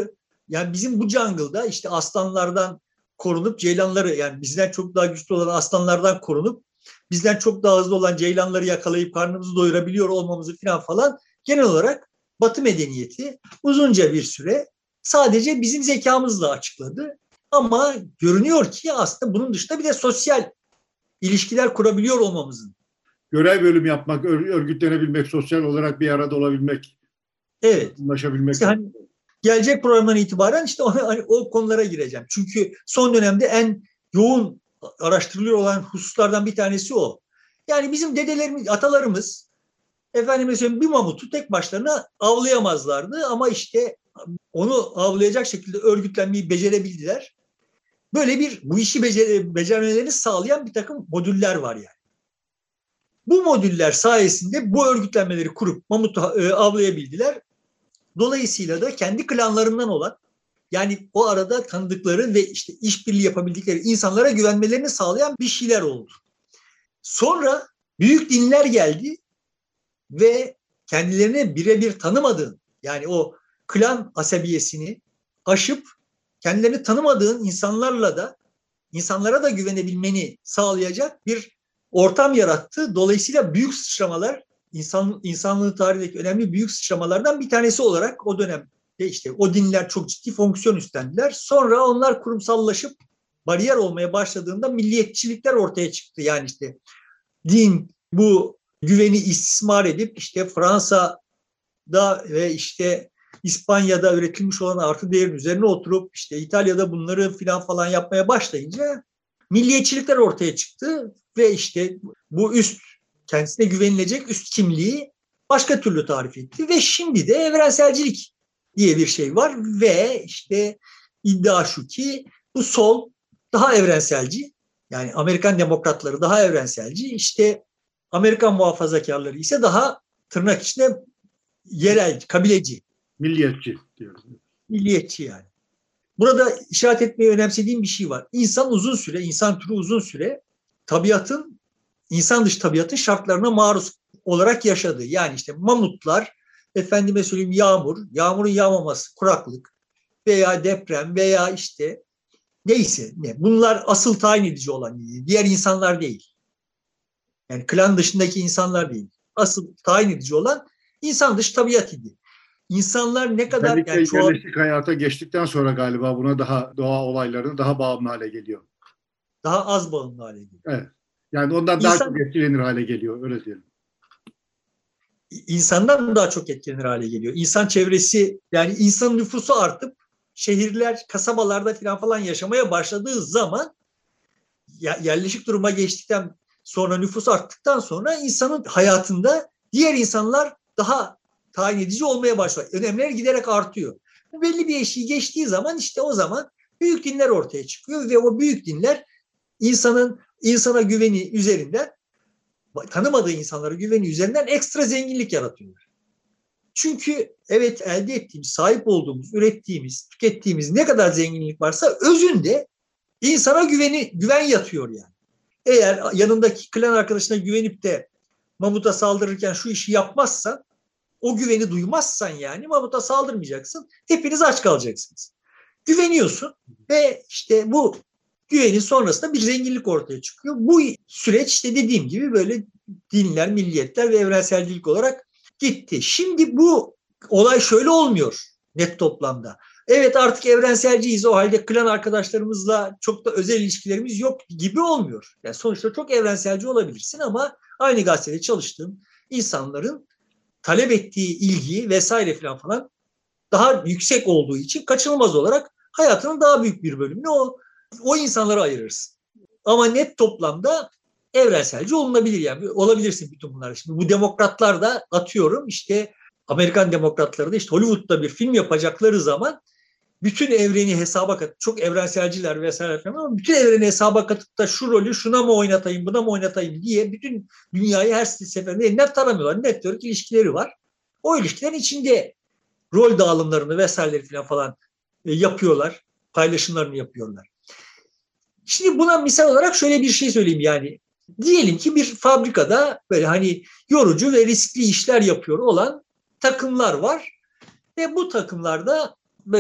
Yani bizim bu jungle'da işte aslanlardan korunup ceylanları, yani bizden çok daha güçlü olan aslanlardan korunup bizden çok daha hızlı olan ceylanları yakalayıp karnımızı doyurabiliyor olmamızı falan falan genel olarak Batı medeniyeti uzunca bir süre sadece bizim zekamızla açıkladı. Ama görünüyor ki aslında bunun dışında bir de sosyal ilişkiler kurabiliyor olmamızın. Görev bölüm yapmak, örgütlenebilmek, sosyal olarak bir arada olabilmek, evet. anlaşabilmek. İşte hani gelecek programdan itibaren işte o, hani o konulara gireceğim. Çünkü son dönemde en yoğun araştırılıyor olan hususlardan bir tanesi o. Yani bizim dedelerimiz, atalarımız efendim mesela bir mamutu tek başlarına avlayamazlardı ama işte onu avlayacak şekilde örgütlenmeyi becerebildiler. Böyle bir bu işi becer becermelerini sağlayan bir takım modüller var yani. Bu modüller sayesinde bu örgütlenmeleri kurup mamutu e, avlayabildiler. Dolayısıyla da kendi klanlarından olan, yani o arada tanıdıkları ve işte işbirliği yapabildikleri insanlara güvenmelerini sağlayan bir şeyler oldu. Sonra büyük dinler geldi ve kendilerini birebir tanımadığın, yani o klan asabiyesini aşıp kendilerini tanımadığın insanlarla da insanlara da güvenebilmeni sağlayacak bir ortam yarattı. Dolayısıyla büyük sıçramalar, insan, insanlığı tarihindeki önemli büyük sıçramalardan bir tanesi olarak o dönemde işte o dinler çok ciddi fonksiyon üstlendiler. Sonra onlar kurumsallaşıp bariyer olmaya başladığında milliyetçilikler ortaya çıktı. Yani işte din bu güveni istismar edip işte Fransa'da ve işte İspanya'da üretilmiş olan artı değerin üzerine oturup işte İtalya'da bunları filan falan yapmaya başlayınca milliyetçilikler ortaya çıktı ve işte bu üst, kendisine güvenilecek üst kimliği başka türlü tarif etti ve şimdi de evrenselcilik diye bir şey var ve işte iddia şu ki bu sol daha evrenselci, yani Amerikan demokratları daha evrenselci, işte Amerikan muhafazakarları ise daha tırnak içinde yerel, kabileci. Milliyetçi diyoruz. Milliyetçi yani. Burada işaret etmeyi önemsediğim bir şey var. İnsan uzun süre, insan türü uzun süre tabiatın, insan dışı tabiatın şartlarına maruz olarak yaşadı. Yani işte mamutlar, efendime söyleyeyim yağmur, yağmurun yağmaması, kuraklık veya deprem veya işte neyse ne. Bunlar asıl tayin edici olan, diğer insanlar değil. Yani klan dışındaki insanlar değil. Asıl tayin edici olan insan dışı tabiat idi. İnsanlar ne kadar Özellikle yani çoğal... yerleşik hayata geçtikten sonra galiba buna daha doğa olaylarına daha bağımlı hale geliyor. daha az bağımlı hale geliyor. Evet. Yani ondan İnsan, daha çok etkilenir hale geliyor, öyle diyelim. İnsandan daha çok etkilenir hale geliyor. İnsan çevresi, yani insan nüfusu artıp şehirler, kasabalarda falan falan yaşamaya başladığı zaman, yerleşik duruma geçtikten sonra, nüfus arttıktan sonra insanın hayatında diğer insanlar daha tayin edici olmaya başlıyor. Önemler giderek artıyor. Belli bir eşiği geçtiği zaman işte o zaman büyük dinler ortaya çıkıyor ve o büyük dinler insanın insana güveni üzerinden, tanımadığı insanlara güveni üzerinden ekstra zenginlik yaratıyorlar. Çünkü evet, elde ettiğimiz, sahip olduğumuz, ürettiğimiz, tükettiğimiz ne kadar zenginlik varsa özünde insana güveni, güven yatıyor yani. Eğer yanındaki klan arkadaşına güvenip de mamuta saldırırken şu işi yapmazsan, o güveni duymazsan yani mamuta saldırmayacaksın. Hepiniz aç kalacaksınız. Güveniyorsun ve işte bu güvenin sonrasında bir zenginlik ortaya çıkıyor. Bu süreç işte dediğim gibi böyle dinler, milliyetler ve evrenselcilik olarak gitti. Şimdi bu olay şöyle olmuyor net toplamda. Evet, artık evrenselciyiz, o halde klan arkadaşlarımızla çok da özel ilişkilerimiz yok gibi olmuyor. Yani sonuçta çok evrenselci olabilirsin ama aynı gazetede çalıştığın insanların talep ettiği ilgi vesaire falan falan daha yüksek olduğu için kaçınılmaz olarak hayatının daha büyük bir bölümünü o o insanlara ayırırsın. Ama net toplamda evrenselci olunabilir yani. Olabilirsin bütün bunlar. Şimdi bu demokratlar da atıyorum işte Amerikan demokratları da işte Hollywood'da bir film yapacakları zaman bütün evreni hesaba katıp, çok evrenselciler vesaire falan, ama bütün evreni hesaba katıp da şu rolü şuna mı oynatayım, buna mı oynatayım diye bütün dünyayı her seferinde elinden taramıyorlar. Network ilişkileri var. O ilişkilerin içinde rol dağılımlarını vesaire falan falan yapıyorlar. Paylaşımlarını yapıyorlar. Şimdi buna misal olarak şöyle bir şey söyleyeyim yani. Diyelim ki bir fabrikada böyle hani yorucu ve riskli işler yapıyor olan takımlar var. Ve bu takımlarda böyle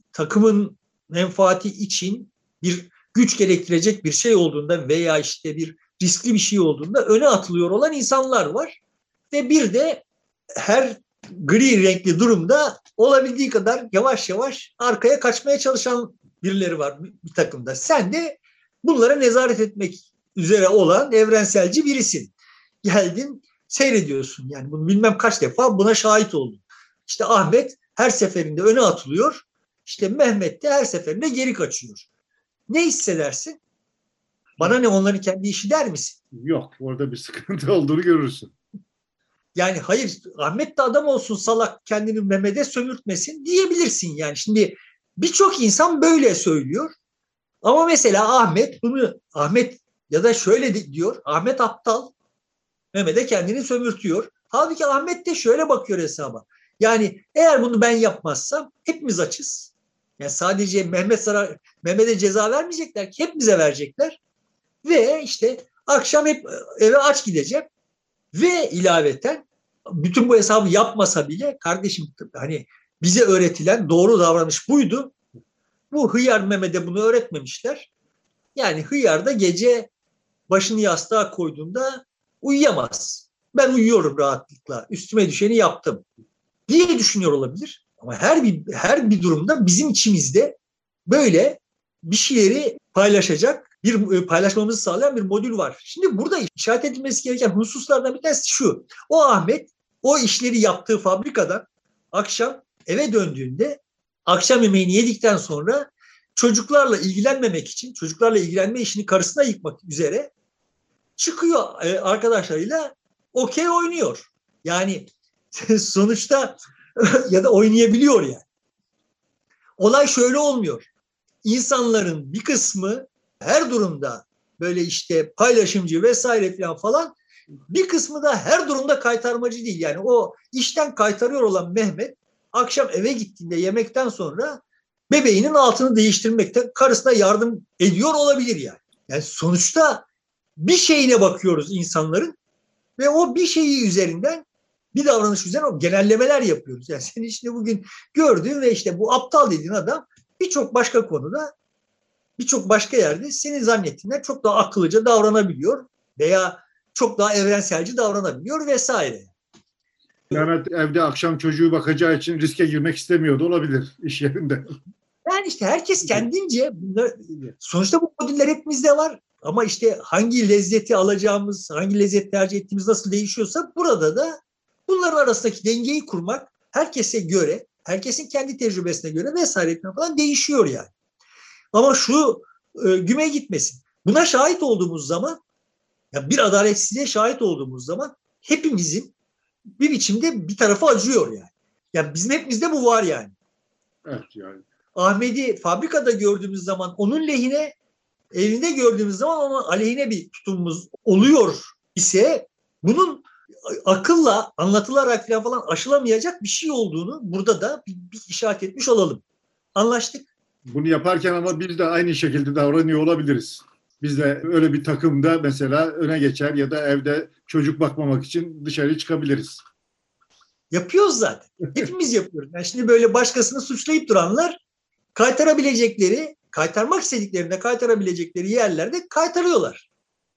takımın menfaati için bir güç gerektirecek bir şey olduğunda veya işte bir riskli bir şey olduğunda öne atılıyor olan insanlar var. Ve bir de her gri renkli durumda olabildiği kadar yavaş yavaş arkaya kaçmaya çalışan birileri var bir takımda. Sen de bunlara nezaret etmek üzere olan evrenselci birisin. Geldin seyrediyorsun. Yani bunu bilmem kaç defa buna şahit oldum. İşte Ahmet her seferinde öne atılıyor. İşte Mehmet de her seferinde geri kaçıyor. Ne hissedersin? Bana ne, onların kendi işi der misin? Yok, orada bir sıkıntı olduğunu görürsün. Yani hayır, Ahmet de adam olsun, salak, kendini Mehmet'e sömürtmesin diyebilirsin yani. Şimdi birçok insan böyle söylüyor. Ama mesela Ahmet bunu Ahmet ya da şöyle diyor. Ahmet aptal. Mehmet'e kendini sömürtüyor. Halbuki Ahmet de şöyle bakıyor hesaba. Yani eğer bunu ben yapmazsam hepimiz açız. Yani sadece Mehmet zarar, Mehmet'e ceza vermeyecekler ki, hep bize verecekler. Ve işte akşam hep eve aç gideceğim. Ve ilaveten bütün bu hesabı yapmasa bile kardeşim, hani bize öğretilen doğru davranış buydu. Bu hıyar Mehmet'e bunu öğretmemişler. Yani hıyar da gece başını yastığa koyduğunda uyuyamaz. Ben uyuyorum rahatlıkla. Üstüme düşeni yaptım diye düşünüyor olabilir. Ama her bir her bir durumda bizim içimizde böyle bir şeyleri paylaşacak, bir paylaşmamızı sağlayan bir modül var. Şimdi burada işaret edilmesi gereken hususlardan bir tanesi şu. O Ahmet o işleri yaptığı fabrikadan akşam eve döndüğünde, akşam yemeğini yedikten sonra çocuklarla ilgilenmemek için, çocuklarla ilgilenme işini karısına yıkmak üzere çıkıyor arkadaşlarıyla okey oynuyor. Yani sonuçta ya da oynayabiliyor yani. Olay şöyle olmuyor. İnsanların bir kısmı her durumda böyle işte paylaşımcı vesaire falan falan, bir kısmı da her durumda kaytarmacı değil. Yani o işten kaytarıyor olan Mehmet akşam eve gittiğinde yemekten sonra bebeğinin altını değiştirmekte karısına yardım ediyor olabilir yani. Yani sonuçta bir şeyine bakıyoruz insanların ve o bir şeyi üzerinden, bir davranış üzerine o genellemeler yapıyoruz. Yani senin işte bugün gördüğün ve işte bu aptal dediğin adam birçok başka konuda, birçok başka yerde senin zannettiğinden çok daha akıllıca davranabiliyor veya çok daha evrenselci davranabiliyor vesaire. Mehmet evde akşam çocuğu bakacağı için riske girmek istemiyordu olabilir iş yerinde. Yani işte herkes kendince, bunlar, sonuçta bu modüller hepimizde var. Ama işte hangi lezzeti alacağımız, hangi lezzet tercih ettiğimiz nasıl değişiyorsa, burada da bunların arasındaki dengeyi kurmak herkese göre, herkesin kendi tecrübesine göre vesaire falan değişiyor yani. Ama şu e, güme gitmesin. Buna şahit olduğumuz zaman, ya bir adaletsizliğe şahit olduğumuz zaman hepimizin bir biçimde bir tarafı acıyor yani. Yani bizim hepimizde bu var yani. Evet yani. Ahmet'i fabrikada gördüğümüz zaman onun lehine, evinde gördüğümüz zaman onun aleyhine bir tutumumuz oluyor ise, bunun akılla anlatılarak falan aşılamayacak bir şey olduğunu burada da bir, bir işaret etmiş olalım. Anlaştık. Bunu yaparken ama biz de aynı şekilde davranıyor olabiliriz. Biz de öyle bir takımda mesela öne geçer ya da evde çocuk bakmamak için dışarı çıkabiliriz. Yapıyoruz zaten. Hepimiz yapıyoruz. Yani şimdi böyle başkasını suçlayıp duranlar, kaytarabilecekleri, kaytarmak istediklerinde kaytarabilecekleri yerlerde kaytarıyorlar.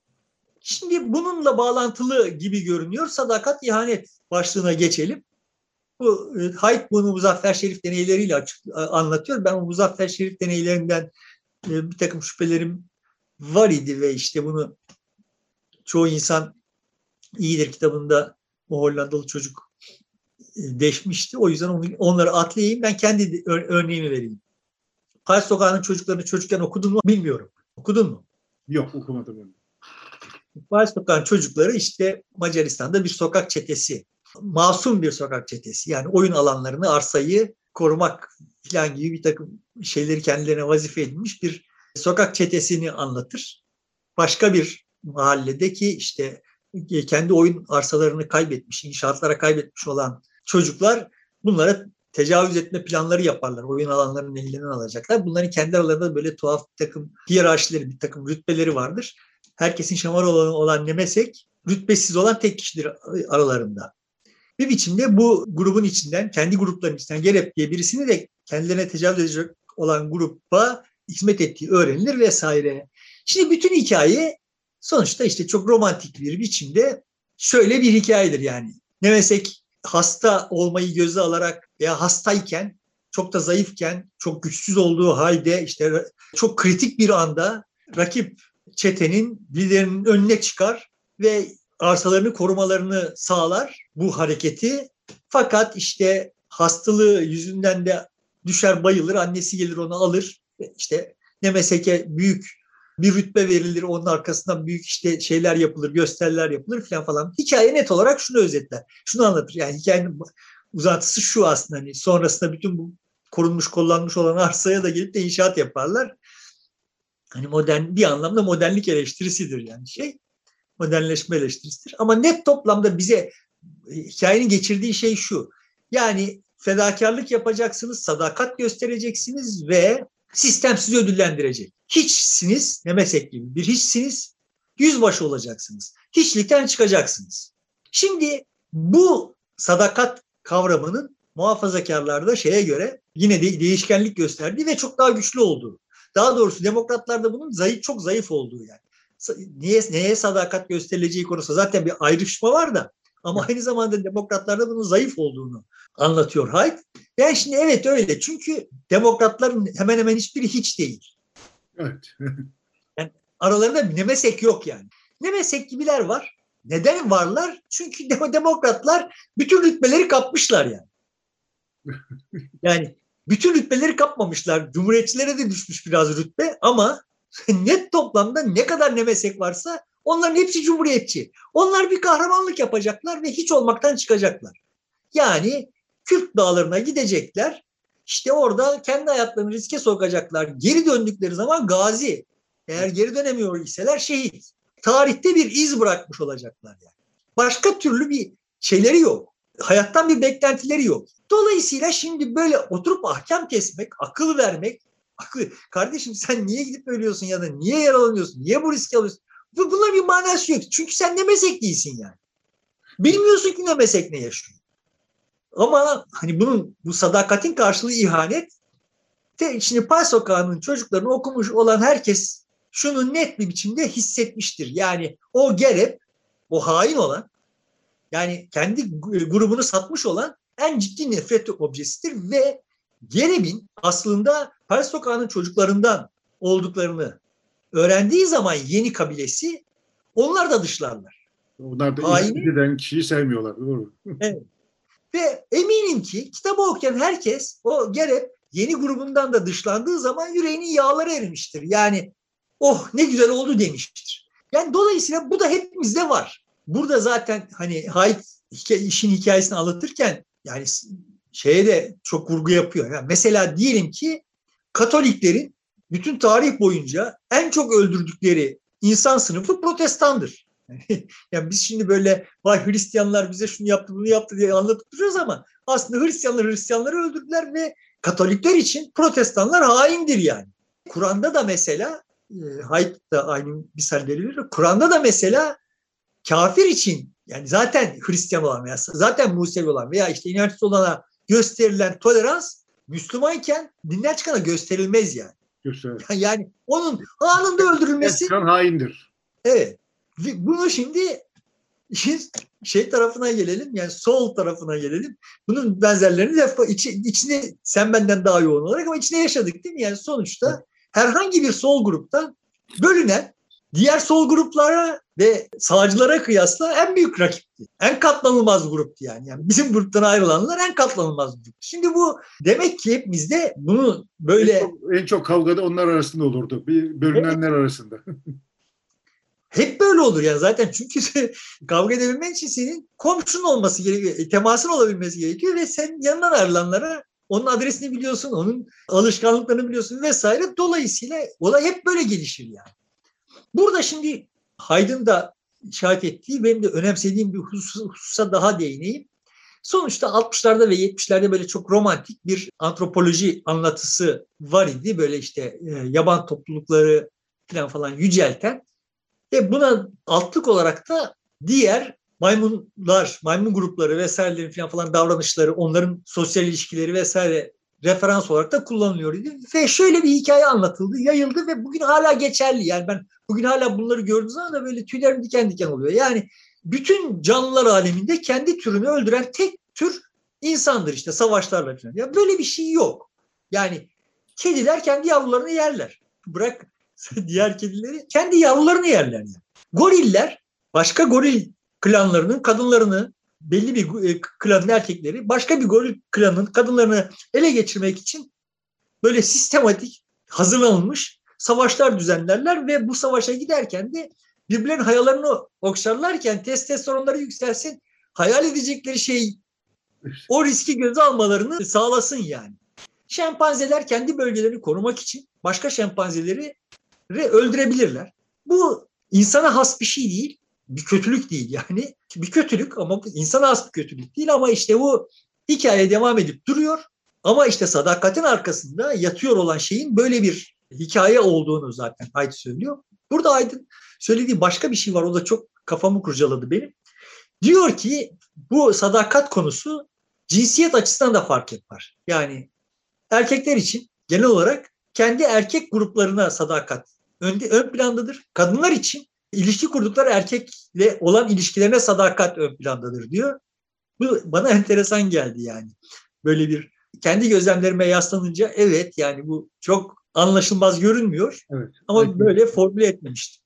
Şimdi bununla bağlantılı gibi görünüyor. Sadakat, ihanet başlığına geçelim. Bu Haidt bunu Muzaffer Şerif deneyleriyle açık, anlatıyor. Ben o Muzaffer Şerif deneylerinden e, bir takım şüphelerim var idi ve işte bunu çoğu insan iyidir kitabında o Hollandalı çocuk e, deşmişti. O yüzden onu, onları atlayayım. Ben kendi örneğimi vereyim. Paris Sokağı'nın çocuklarını çocukken okudun mu bilmiyorum. Okudun mu? Yok, okumadım onu. Paris Sokağı'nın çocukları işte Macaristan'da bir sokak çetesi. Masum bir sokak çetesi. Yani oyun alanlarını, arsayı korumak falan gibi bir takım şeyleri kendilerine vazife edinmiş bir sokak çetesini anlatır. Başka bir mahalledeki işte kendi oyun arsalarını kaybetmiş, inşaatlara kaybetmiş olan çocuklar bunlara tecavüz etme planları yaparlar. Oyun alanlarının elinden alacaklar. Bunların kendi aralarında böyle tuhaf bir takım hiyerarşileri, bir takım rütbeleri vardır. Herkesin şamar olan, olan Nemesek, rütbesiz olan tek kişidir aralarında. Bir biçimde bu grubun içinden, kendi gruplarının içinden Gelep diye birisini de kendilerine tecavüz edecek olan gruba hizmet ettiği öğrenilir vesaire. Şimdi bütün hikaye sonuçta işte çok romantik bir biçimde şöyle bir hikayedir yani. Nemesek hasta olmayı göze alarak veya hastayken, çok da zayıfken, çok güçsüz olduğu halde işte çok kritik bir anda rakip çetenin liderinin önüne çıkar ve arsalarını korumalarını sağlar bu hareketi. Fakat işte hastalığı yüzünden de düşer bayılır, annesi gelir onu alır. İşte Nemesek'e büyük bir rütbe verilir, onun arkasından büyük işte şeyler yapılır, gösteriler yapılır falan falan. Hikaye net olarak şunu özetler, şunu anlatır. Yani hikayenin uzantısı şu aslında, hani sonrasında bütün bu korunmuş, kollanmış olan arsaya da gelip de inşaat yaparlar. Hani modern, bir anlamda modernlik eleştirisidir yani şey. Modernleşme eleştirisidir. Ama net toplamda bize hikayenin geçirdiği şey şu. Yani fedakarlık yapacaksınız, sadakat göstereceksiniz ve sistem sizi ödüllendirecek. Hiçsiniz, Nemesek gibi bir hiçsiniz, yüzbaşı olacaksınız. Hiçlikten çıkacaksınız. Şimdi bu sadakat kavramının muhafazakarlarda şeye göre yine de değişkenlik gösterdiği ve çok daha güçlü olduğu. Daha doğrusu demokratlarda bunun zayıf, çok zayıf olduğu yani. Niye, neye sadakat gösterileceği konusunda zaten bir ayrışma var da ama aynı zamanda demokratlarda bunun zayıf olduğunu anlatıyor Haidt. Yani şimdi evet öyle. Çünkü demokratların hemen hemen hiçbiri hiç değil. Evet. Yani aralarında Nemesek yok yani. Nemesek gibiler var. Neden varlar? Çünkü demokratlar bütün rütbeleri kapmışlar yani. Yani bütün rütbeleri kapmamışlar. Cumhuriyetçilere de düşmüş biraz rütbe ama net toplamda ne kadar Nemesek varsa onların hepsi cumhuriyetçi. Onlar bir kahramanlık yapacaklar ve hiç olmaktan çıkacaklar. Yani Kürt dağlarına gidecekler. İşte orada kendi hayatlarını riske sokacaklar. Geri döndükleri zaman gazi. Eğer geri dönemiyor iseler şehit. Tarihte bir iz bırakmış olacaklar yani. Başka türlü bir şeyleri yok. Hayattan bir beklentileri yok. Dolayısıyla şimdi böyle oturup ahkam kesmek, akıl vermek, akıl, kardeşim sen niye gidip ölüyorsun ya da niye yaralanıyorsun, niye bu riski alıyorsun? Bunların bir manası yok. Çünkü sen Nemesek değilsin yani. Bilmiyorsun ki Nemesek ne yaşıyor. Ama hani bunun, bu sadakatin karşılığı ihanet. De, şimdi Pay Sokağı'nın çocuklarını okumuş olan herkes şunu net bir biçimde hissetmiştir. Yani o Gerep, o hain olan, yani kendi grubunu satmış olan en ciddi nefret objesidir ve Gerep'in aslında Pay Sokağı'nın çocuklarından olduklarını öğrendiği zaman yeni kabilesi onlar da dışlarlar. Onlar da ihanet eden kişiyi sevmiyorlar. Doğru. Evet. Ve eminim ki kitabı okuyan herkes o Gerep yeni grubundan da dışlandığı zaman yüreğinin yağları erimiştir. Yani oh ne güzel oldu demiştir. Yani dolayısıyla bu da hepimizde var. Burada zaten hani Haidt işin hikayesini anlatırken yani şeye de çok vurgu yapıyor. Yani mesela diyelim ki Katoliklerin bütün tarih boyunca en çok öldürdükleri insan sınıfı Protestandır. Yani biz şimdi böyle vay Hristiyanlar bize şunu yaptı bunu yaptı diye anlatıp duruyoruz ama aslında Hristiyanlar Hristiyanları öldürdüler ve Katolikler için Protestanlar haindir yani. Kur'an'da da mesela Haidt da aynı misalleri verir. Kur'an'da da mesela kafir için yani zaten Hristiyan olan veya zaten Musevi olan veya işte inançsız olana gösterilen tolerans Müslümanken dinden çıkana gösterilmez yani. Göster. Yani onun anında öldürülmesi çıkan haindir. Evet. Bunu şimdi işin şey tarafına gelelim, yani sol tarafına gelelim. Bunun benzerlerini de içi, içine sen benden daha yoğun olarak ama içine yaşadık değil mi? Yani sonuçta herhangi bir sol gruptan bölünen diğer sol gruplara ve sağcılara kıyasla en büyük rakipti. En katlanılmaz gruptu yani. Yani bizim gruptan ayrılanlar en katlanılmaz gruptu. Şimdi bu demek ki hepimizde bunu böyle... En çok, en çok kavgada onlar arasında olurdu. Bir bölünenler evet. arasında. Hep böyle olur yani zaten çünkü kavga edebilmen için senin komşun olması gerekiyor, temasın olabilmesi gerekiyor ve sen yanından ayrılanlara onun adresini biliyorsun, onun alışkanlıklarını biliyorsun vesaire. Dolayısıyla olay hep böyle gelişir yani. Burada şimdi Haydn'ın da işaret ettiği benim de önemsediğim bir hususa daha değineyim. Sonuçta altmışlarda ve yetmişlerde böyle çok romantik bir antropoloji anlatısı var idi. Böyle işte yaban toplulukları falan falan yücelten. Ve buna altlık olarak da diğer maymunlar, maymun grupları vesairelerin falan, falan davranışları, onların sosyal ilişkileri vesaire referans olarak da kullanılıyor idi. Ve şöyle bir hikaye anlatıldı, yayıldı ve bugün hala geçerli. Yani ben bugün hala bunları gördüğüm zaman da böyle tüylerim diken diken oluyor. Yani bütün canlılar aleminde kendi türünü öldüren tek tür insandır işte, savaşlarla falan. Ya böyle bir şey yok. Yani kediler kendi yavrularını yerler. Bırak diğer kedileri, kendi yavrularını yerler. Yani. Goriller başka goril klanlarının kadınlarını, belli bir klanın erkekleri başka bir goril klanının kadınlarını ele geçirmek için böyle sistematik hazırlanılmış savaşlar düzenlerler ve bu savaşa giderken de birbirlerinin hayalarını okşarlarken testosteronları yükselsin, hayal edecekleri şey o riski göze almalarını sağlasın yani. Şempanzeler kendi bölgelerini korumak için başka şempanzeleri öldürebilirler. Bu insana has bir şey değil, bir kötülük değil yani. Bir kötülük ama insana has bir kötülük değil ama işte bu hikaye devam edip duruyor. Ama işte sadakatin arkasında yatıyor olan şeyin böyle bir hikaye olduğunu zaten Aydın söylüyor. Burada Aydın söylediği başka bir şey var, o da çok kafamı kurcaladı benim. Diyor ki bu sadakat konusu cinsiyet açısından da fark var. Yani erkekler için genel olarak kendi erkek gruplarına sadakat ön, ön plandadır. Kadınlar için ilişki kurdukları erkekle olan ilişkilerine sadakat ön plandadır diyor. Bu bana enteresan geldi yani. Böyle bir kendi gözlemlerime yaslanınca evet yani bu çok anlaşılmaz görünmüyor. Evet, ama evet. Böyle formüle etmemiştim.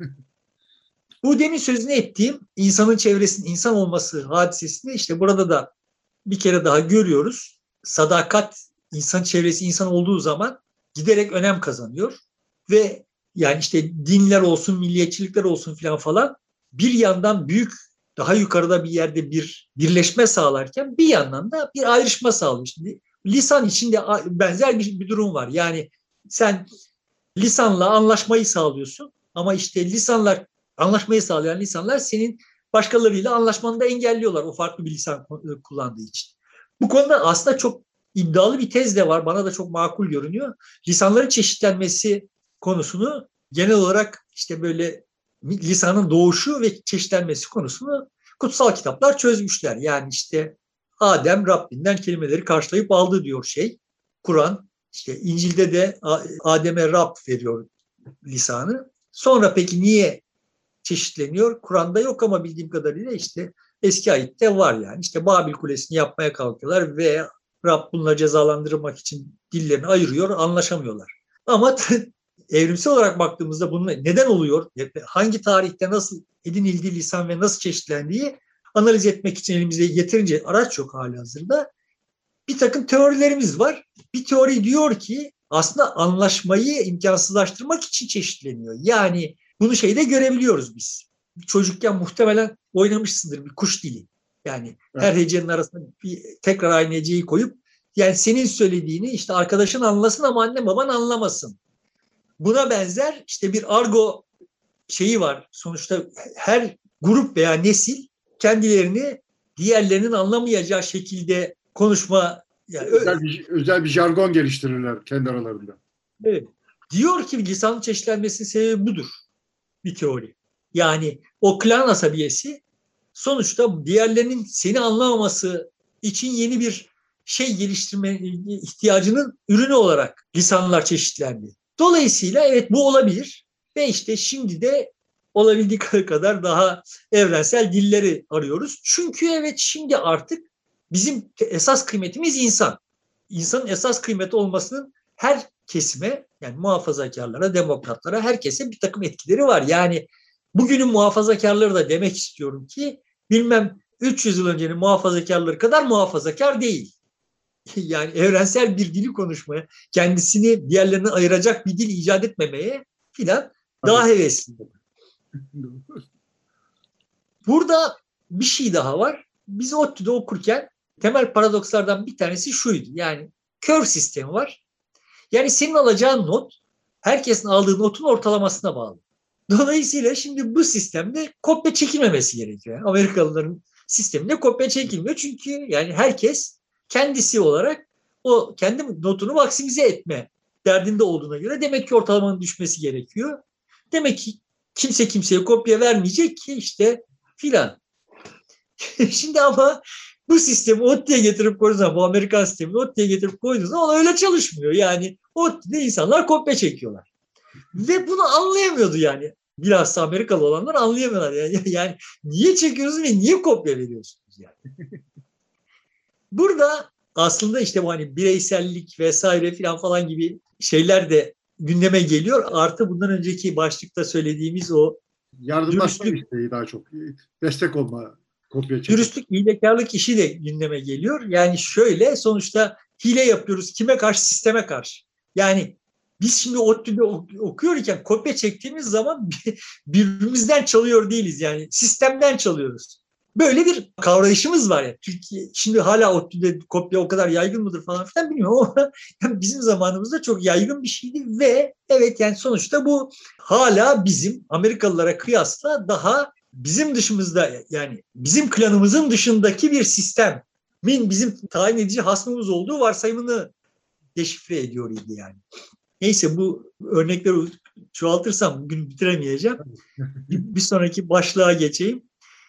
Bu demin sözünü ettiğim insanın çevresinin insan olması hadisesini işte burada da bir kere daha görüyoruz. Sadakat, insan çevresi insan olduğu zaman giderek önem kazanıyor. Ve yani işte dinler olsun, milliyetçilikler olsun filan falan bir yandan büyük, daha yukarıda bir yerde bir birleşme sağlarken bir yandan da bir ayrışma sağlıyor. Şimdi lisan içinde benzer bir, bir durum var. Yani sen lisanla anlaşmayı sağlıyorsun ama işte lisanlar, anlaşmayı sağlayan lisanlar senin başkalarıyla anlaşmanı da engelliyorlar o farklı bir lisan kullandığı için. Bu konuda aslında çok iddialı bir tez de var. Bana da çok makul görünüyor. Lisanların çeşitlenmesi konusunu genel olarak işte böyle lisanın doğuşu ve çeşitlenmesi konusunu kutsal kitaplar çözmüşler. Yani işte Adem Rabbinden kelimeleri karşılayıp aldı diyor şey. Kur'an, işte İncil'de de Adem'e Rab veriyor lisanı. Sonra peki niye çeşitleniyor? Kur'an'da yok ama bildiğim kadarıyla işte eski ayette var yani. İşte Babil Kulesi'ni yapmaya kalkıyorlar ve Rab bunları cezalandırmak için dillerini ayırıyor, anlaşamıyorlar. Ama evrimsel olarak baktığımızda bunun neden oluyor, hangi tarihte nasıl edinildiği lisan ve nasıl çeşitlendiği analiz etmek için elimizde yeterince araç yok halihazırda. Bir takım teorilerimiz var. Bir teori diyor ki aslında anlaşmayı imkansızlaştırmak için çeşitleniyor. Yani bunu şeyde görebiliyoruz biz. Çocukken muhtemelen oynamışsındır bir kuş dili. Yani evet. Her hecenin arasına bir, tekrar aynı heceyi koyup yani senin söylediğini işte arkadaşın anlasın ama anne baban anlamasın. Buna benzer işte bir argo şeyi var. Sonuçta her grup veya nesil kendilerini diğerlerinin anlamayacağı şekilde konuşma yani özel bir, özel bir jargon geliştirirler kendi aralarında. Evet. Diyor ki lisanın çeşitlenmesinin sebebi budur. Bir teori. Yani o klan asabiyesi sonuçta diğerlerinin seni anlamaması için yeni bir şey geliştirme ihtiyacının ürünü olarak lisanlar çeşitlendi. Dolayısıyla evet bu olabilir ve işte şimdi de olabildiği kadar daha evrensel dilleri arıyoruz. Çünkü evet şimdi artık bizim esas kıymetimiz insan. İnsanın esas kıymeti olmasının her kesime yani muhafazakarlara, demokratlara herkese bir takım etkileri var. Yani bugünün muhafazakarları da demek istiyorum ki bilmem üç yüz yıl öncenin muhafazakarları kadar muhafazakar değil. Yani evrensel bir dili konuşmaya, kendisini diğerlerinden ayıracak bir dil icat etmemeye filan daha hevesli. Burada bir şey daha var. Biz ODTÜ'de okurken temel paradokslardan bir tanesi şuydu. Yani kör sistemi var. Yani senin alacağın not herkesin aldığı notun ortalamasına bağlı. Dolayısıyla şimdi bu sistemde kopya çekilmemesi gerekiyor. Yani Amerikalıların sisteminde kopya çekilmiyor. Çünkü yani herkes kendisi olarak o kendi notunu maksimize etme derdinde olduğuna göre demek ki ortalamanın düşmesi gerekiyor. Demek ki kimse kimseye kopya vermeyecek ki işte filan. Şimdi ama Bu sistemi ODTÜ'ye getirip koyduğunuz zaman, bu Amerikan sistemini ODTÜ'ye getirip koyduğunuz zaman öyle çalışmıyor. Yani ODTÜ'de insanlar kopya çekiyorlar. Ve bunu anlayamıyordu yani. Bilhassa Amerikalı olanlar anlayamıyorlar. Yani, yani niye çekiyorsunuz ve niye kopya veriyorsunuz yani. Burada aslında işte bu hani bireysellik vesaire filan falan gibi şeyler de gündeme geliyor. Artı bundan önceki başlıkta söylediğimiz o Yardımlaşma dürüstlük, isteği daha çok. Destek olma, kopya çekmek. dürüstlük, hilekarlık işi de gündeme geliyor. Yani şöyle, sonuçta hile yapıyoruz. Kime karşı? Sisteme karşı. Yani biz şimdi ODTÜ'de okuyorken kopya çektiğimiz zaman birbirimizden çalıyor değiliz. Yani sistemden çalıyoruz. Böyle bir kavrayışımız var ya. Türkiye şimdi hala ODTÜ'de kopya o kadar yaygın mıdır falan filan bilmiyorum ama yani bizim zamanımızda çok yaygın bir şeydi ve evet yani sonuçta bu hala bizim Amerikalılara kıyasla daha bizim dışımızda, yani bizim klanımızın dışındaki bir sistemin bizim tayin edici hasmımız olduğu varsayımını deşifre ediyor idi yani. Neyse, bu örnekleri çoğaltırsam bugün bitiremeyeceğim. Bir sonraki başlığa geçeyim.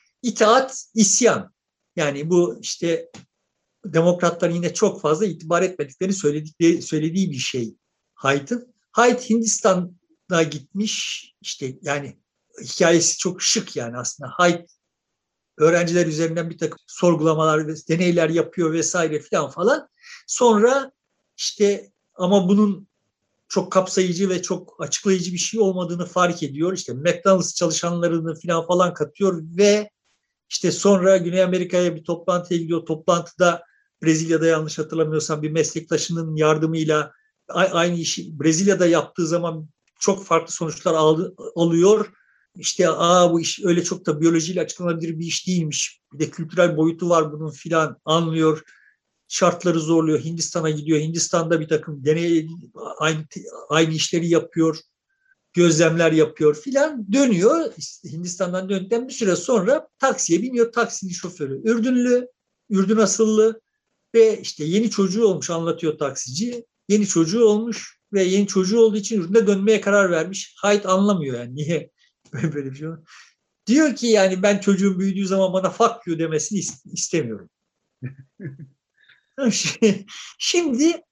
İtaat, isyan. Yani bu işte demokratların yine çok fazla itibar etmediklerini söyledikleri, söylediği bir şey Haydt'ın. Haidt Hindistan'a gitmiş, işte yani hikayesi çok şık yani aslında. Haidt öğrenciler üzerinden bir takım sorgulamalar ve deneyler yapıyor vesaire filan falan. Sonra işte ama bunun çok kapsayıcı ve çok açıklayıcı bir şey olmadığını fark ediyor. İşte McDonald's çalışanlarını filan falan katıyor ve işte sonra Güney Amerika'ya bir toplantıya gidiyor. Toplantıda Brezilya'da, yanlış hatırlamıyorsam, bir meslektaşının yardımıyla aynı işi Brezilya'da yaptığı zaman çok farklı sonuçlar alıyor. İşte aa bu iş öyle çok da biyolojiyle açıklanabilir bir iş değilmiş. Bir de kültürel boyutu var bunun filan, anlıyor. Şartları zorluyor. Hindistan'a gidiyor. Hindistan'da bir takım deney aynı, aynı işleri yapıyor. Gözlemler yapıyor filan, dönüyor. Hindistan'dan döndükten bir süre sonra taksiye biniyor. Taksinin şoförü Ürdünlü, Ürdün asıllı ve işte yeni çocuğu olmuş, anlatıyor taksici. Yeni çocuğu olmuş ve yeni çocuğu olduğu için Ürdün'e dönmeye karar vermiş. Haidt anlamıyor yani niye böyle bir şey. Diyor ki yani ben çocuğum büyüdüğü zaman bana fuck you demesini istemiyorum. Şimdi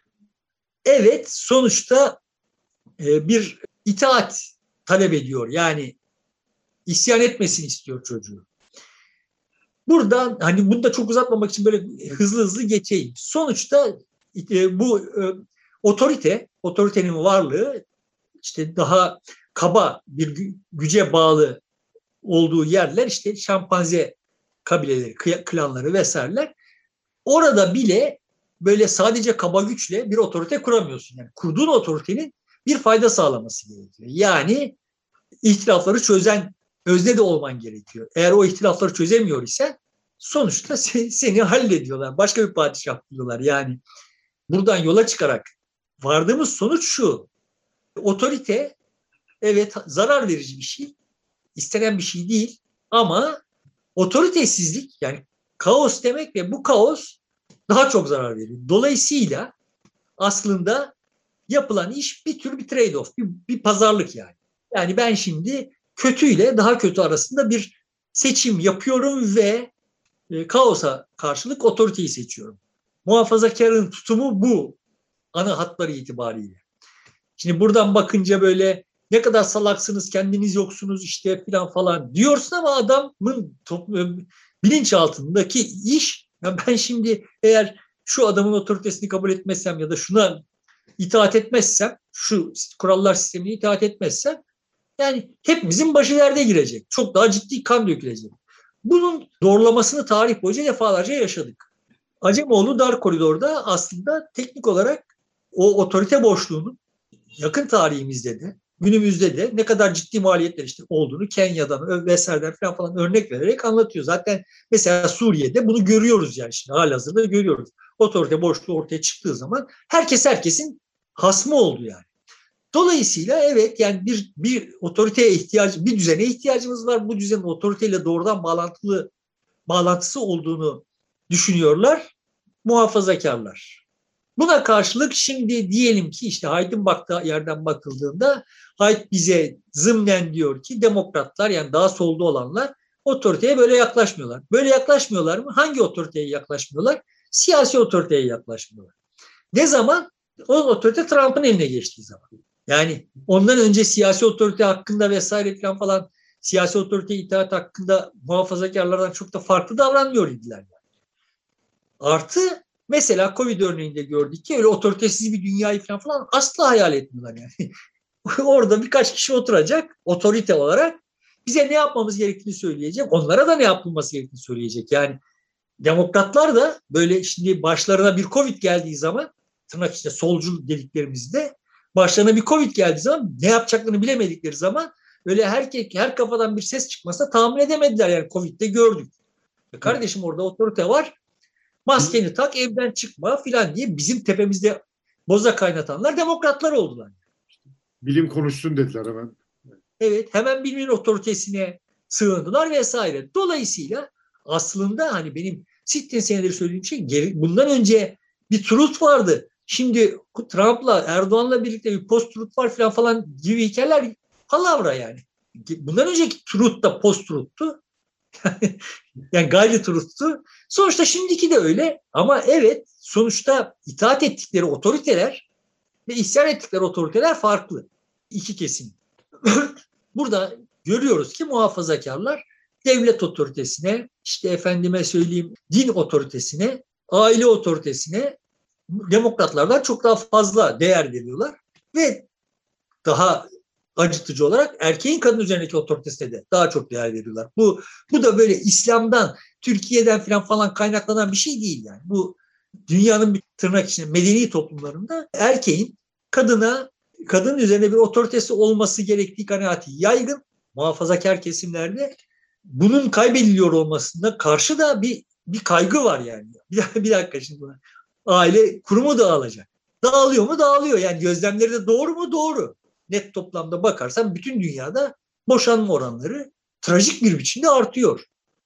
evet, sonuçta bir itaat talep ediyor. Yani isyan etmesini istiyor çocuğu. Buradan hani bunu da çok uzatmamak için böyle hızlı hızlı geçeyim. Sonuçta bu otorite, otoritenin varlığı işte daha kaba bir güce bağlı olduğu yerler, işte şempanze kabileleri, klanları vesaireler. Orada bile böyle sadece kaba güçle bir otorite kuramıyorsun. Yani kurduğun otoritenin bir fayda sağlaması gerekiyor. Yani ihtilafları çözen özne de olman gerekiyor. Eğer o ihtilafları çözemiyor ise sonuçta seni, seni hallediyorlar. Başka bir padişah buluyorlar. Yani buradan yola çıkarak vardığımız sonuç şu: otorite evet zarar verici bir şey, istenen bir şey değil ama otoritesizlik, yani kaos demek ve bu kaos daha çok zarar veriyor. Dolayısıyla aslında yapılan iş bir tür bir trade-off, bir, bir pazarlık yani. Yani ben şimdi kötüyle daha kötü arasında bir seçim yapıyorum ve e, kaosa karşılık otoriteyi seçiyorum. Muhafazakarın tutumu bu ana hatları itibariyle. Şimdi buradan bakınca böyle ne kadar salaksınız, kendiniz yoksunuz işte falan falan diyorsun ama adamın toplum, bilinçaltındaki iş, ya ben şimdi eğer şu adamın otoritesini kabul etmezsem ya da şuna itaat etmezsem, şu kurallar sistemine itaat etmezsem, yani hepimizin başı derde girecek. Çok daha ciddi kan dökülecek. Bunun doğrulamasını tarih boyunca defalarca yaşadık. Acemoğlu dar koridorda aslında teknik olarak o otorite boşluğunun yakın tarihimizde de günümüzde de ne kadar ciddi maliyetler işte olduğunu Kenya'dan vesaireden falan, falan örnek vererek anlatıyor. Zaten mesela Suriye'de bunu görüyoruz yani şimdi halihazırda görüyoruz. Otorite boşluğu ortaya çıktığı zaman herkes herkesin hasmı oldu yani. Dolayısıyla evet yani bir bir otoriteye ihtiyacı, bir düzene ihtiyacımız var. Bu düzenin otoriteyle doğrudan bağlantılı bağlantısı olduğunu düşünüyorlar muhafazakarlar. Buna karşılık şimdi diyelim ki işte Haydt'ın baktığı yerden bakıldığında Haidt bize zımnen diyor ki demokratlar, yani daha solda olanlar otoriteye böyle yaklaşmıyorlar. Böyle yaklaşmıyorlar mı? Hangi otoriteye yaklaşmıyorlar? Siyasi otoriteye yaklaşmıyorlar. Ne zaman? O otorite Trump'ın eline geçtiği zaman. Yani ondan önce siyasi otorite hakkında vesaire falan falan siyasi otorite itaat hakkında muhafazakarlardan çok da farklı davranmıyor idiler. Yani. Artı mesela Covid örneğinde gördük ki öyle otoritesiz bir dünyayı falan, falan asla hayal etmiyorlar yani. Orada birkaç kişi oturacak otorite olarak bize ne yapmamız gerektiğini söyleyecek. Onlara da ne yapılması gerektiğini söyleyecek. Yani demokratlar da böyle şimdi başlarına bir Covid geldiği zaman tırnak içinde solcu dediklerimizde başlarına bir Covid geldiği zaman ne yapacaklarını bilemedikleri zaman böyle her, her kafadan bir ses çıkmasına tahammül edemediler. Yani Covid'de gördük. E kardeşim orada otorite var. Maskeni tak evden çıkma filan diye bizim tepemizde boza kaynatanlar demokratlar oldular. Bilim konuşsun dediler hemen. Evet, hemen bilimin otoritesine sığındılar vesaire. Dolayısıyla aslında hani benim sittin senedir söylediğim şey bundan önce bir truth vardı. Şimdi Trump'la Erdoğan'la birlikte bir post truth var falan falan gibi hikayeler palavra yani. Bundan önceki truth da post truth'tu. Yani gayri truth'tu. Sonuçta şimdiki de öyle ama evet sonuçta itaat ettikleri otoriteler ve isyan ettikleri otoriteler farklı. İki kesim. Burada görüyoruz ki muhafazakarlar devlet otoritesine, işte efendime söyleyeyim din otoritesine, aile otoritesine demokratlardan çok daha fazla değer veriyorlar ve daha acıtıcı olarak erkeğin kadın üzerindeki otoritesine de daha çok değer veriyorlar. Bu bu da böyle İslam'dan, Türkiye'den falan falan kaynaklanan bir şey değil yani. Bu dünyanın bir tırnak içinde medeni toplumlarında erkeğin kadına kadının üzerinde bir otoritesi olması gerektiği kanaati yaygın muhafazakar kesimlerde. Bunun kaybediliyor olmasında karşı da bir bir kaygı var yani. Bir dakika, bir dakika şimdi buna. Aile kurumu dağılacak. Dağılıyor mu? Dağılıyor. Yani gözlemleri de doğru mu? Doğru. Net toplamda bakarsan bütün dünyada boşanma oranları trajik bir biçimde artıyor.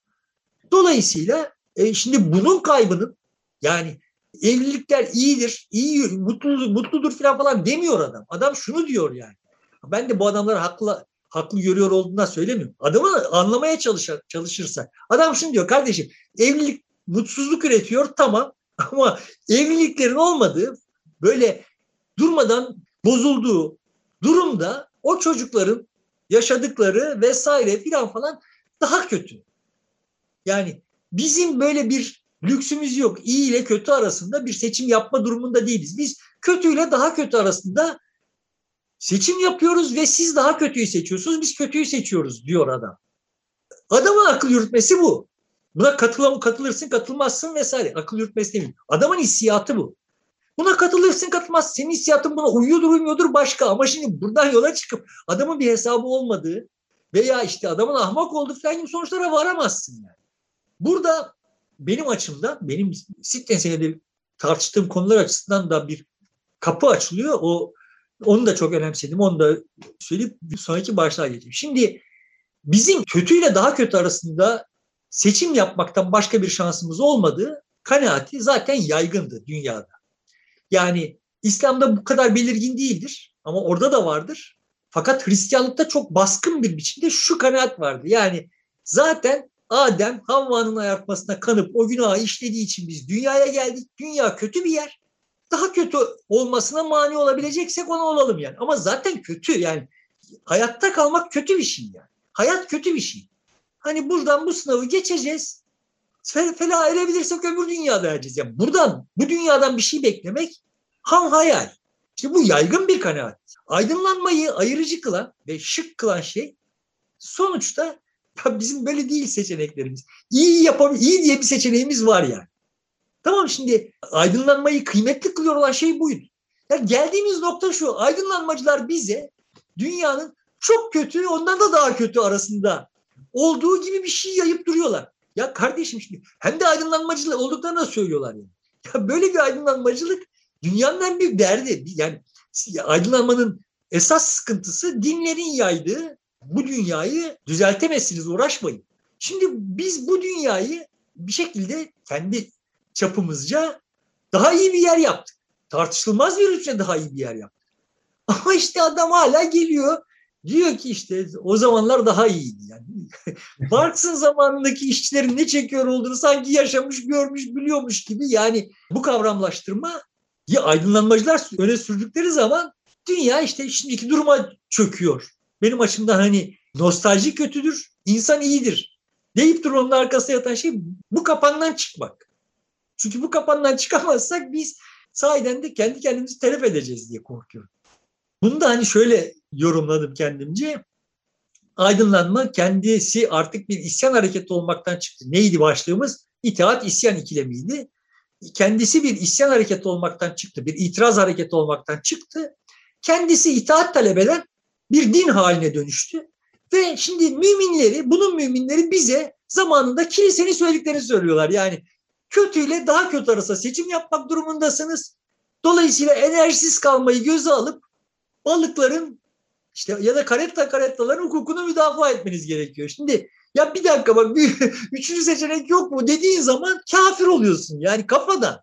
Dolayısıyla e, şimdi bunun kaybının yani evlilikler iyidir, iyi, mutlu, mutludur falan falan demiyor adam. Adam şunu diyor yani. Ben de bu adamları haklı haklı görüyor olduğundan söylemiyorum. Adamı anlamaya çalışır, çalışırsa. Adam şunu diyor kardeşim evlilik mutsuzluk üretiyor tamam ama evliliklerin olmadığı böyle durmadan bozulduğu durumda o çocukların yaşadıkları vesaire filan falan daha kötü. Yani bizim böyle bir lüksümüz yok. İyi ile kötü arasında bir seçim yapma durumunda değiliz. Biz kötüyle daha kötü arasında seçim yapıyoruz ve siz daha kötüyü seçiyorsunuz. Biz kötüyü seçiyoruz diyor adam. Adamın akıl yürütmesi bu. Buna katılam katılırsın katılmazsın vesaire. Akıl yürütmesi değil. Adamın hissiyatı bu. Buna katılırsın katılmazsın. Senin hissiyatın buna uyuyordur uymuyordur başka. Ama şimdi buradan yola çıkıp adamın bir hesabı olmadığı veya işte adamın ahmak olduğu falan gibi sonuçlara varamazsın yani. Burada benim açımdan, benim sitten senedir tartıştığım konular açısından da bir kapı açılıyor. O onu da çok önemsedim. Onu da söyleyip sonraki başlığa geçeyim. Şimdi bizim kötüyle daha kötü arasında seçim yapmaktan başka bir şansımız olmadığı kanaati zaten yaygındı dünyada. Yani İslam'da bu kadar belirgin değildir ama orada da vardır. Fakat Hristiyanlıkta çok baskın bir biçimde şu kanaat vardı. Yani zaten Adem Havva'nın ayartmasına kanıp o günahı işlediği için biz dünyaya geldik. Dünya kötü bir yer. Daha kötü olmasına mani olabileceksek ona olalım yani. Ama zaten kötü yani. Hayatta kalmak kötü bir şey yani. Hayat kötü bir şey. Hani buradan bu sınavı geçeceğiz. Fela erebilirsek öbür dünyada ereceğiz. Yani buradan, bu dünyadan bir şey beklemek ham hayal. İşte bu yaygın bir kanaat. Aydınlanmayı ayırıcı kılan ve şık kılan şey sonuçta ya bizim böyle değil seçeneklerimiz. İyi yapalım, iyi diye bir seçeneğimiz var yani. Tamam şimdi aydınlanmayı kıymetli kılıyor olan şey buydu. Yani geldiğimiz nokta şu. Aydınlanmacılar bize dünyanın çok kötü, ondan da daha kötü arasında olduğu gibi bir şey yayıp duruyorlar. Ya kardeşim şimdi hem de aydınlanmacılık olduklarını da söylüyorlar yani. Ya böyle bir aydınlanmacılık dünyanın en büyük derdi. Yani aydınlanmanın esas sıkıntısı dinlerin yaydığı bu dünyayı düzeltemezsiniz, uğraşmayın. Şimdi biz bu dünyayı bir şekilde kendi çapımızca daha iyi bir yer yaptık. Tartışılmaz bir ölçüde daha iyi bir yer yaptık. Ama işte adam hala geliyor Diyor ki işte o zamanlar daha iyiydi yani. Marx'ın zamanındaki işçilerin ne çekiyor olduğunu sanki yaşamış, görmüş, biliyormuş gibi. Yani bu kavramlaştırma ya aydınlanmacılar öne sürdükleri zaman dünya işte şimdiki duruma çöküyor. Benim açımdan hani nostalji kötüdür, insan iyidir deyip durumun arkasına yatan şey bu kapandan çıkmak. Çünkü bu kapandan çıkamazsak biz sahiden de kendi kendimizi telef edeceğiz diye korkuyorum. Bunu da hani şöyle yorumladım kendimce. Aydınlanma kendisi artık bir isyan hareketi olmaktan çıktı. Neydi başlığımız? İtaat isyan ikilemiydi. Kendisi bir isyan hareketi olmaktan çıktı. Bir itiraz hareketi olmaktan çıktı. Kendisi itaat talep eden bir din haline dönüştü. Ve şimdi müminleri, bunun müminleri bize zamanında kilisenin söylediklerini söylüyorlar. Yani kötüyle daha kötü arasında seçim yapmak durumundasınız. Dolayısıyla enerjisiz kalmayı göze alıp balıkların işte ya da karetta karettaların hukukunu müdafaa etmeniz gerekiyor. Şimdi ya bir dakika bak bir, üçüncü seçenek yok mu dediğin zaman kafir oluyorsun. Yani kafada.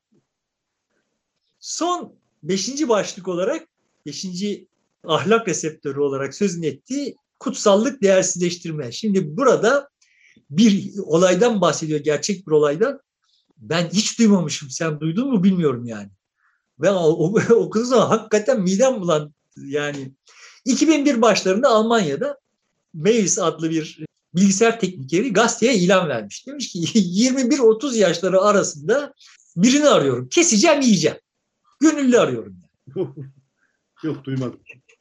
Son beşinci başlık olarak beşinci ahlak reseptörü olarak sözünü ettiği kutsallık değersizleştirme. Şimdi burada bir olaydan bahsediyor, gerçek bir olaydan. Ben hiç duymamışım. Sen duydun mu bilmiyorum yani. Ben okuduğum zaman hakikaten midem bulandı yani. iki bin bir başlarında Almanya'da Mails adlı bir bilgisayar teknikeri gazeteye ilan vermiş. Demiş ki yirmi bir otuz yaşları arasında birini arıyorum. Keseceğim, yiyeceğim. Gönüllü arıyorum. Yani. Yok duymadım.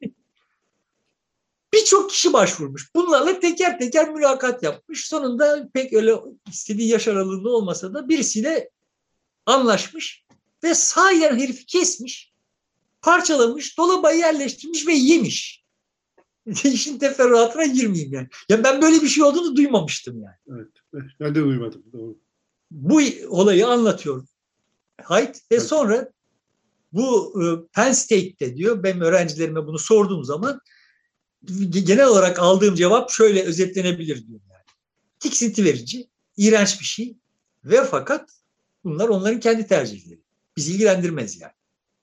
Birçok kişi başvurmuş. Bunlarla teker teker mülakat yapmış. Sonunda pek öyle istediği yaş aralığında olmasa da birisiyle anlaşmış ve sahiden herifi kesmiş, parçalamış, dolaba yerleştirmiş ve yemiş. İşin teferruatına girmeyeyim yani. Ya ben böyle bir şey olduğunu duymamıştım yani. Evet, ben de duymadım. Doğru. Bu olayı anlatıyor Haidt ve evet. Sonra bu Penn State'te diyor, benim öğrencilerime bunu sorduğum zaman genel olarak aldığım cevap şöyle özetlenebilir diyor yani. Tiksinti verici, iğrenç bir şey ve fakat bunlar onların kendi tercihleri. Bizi ilgilendirmez yani.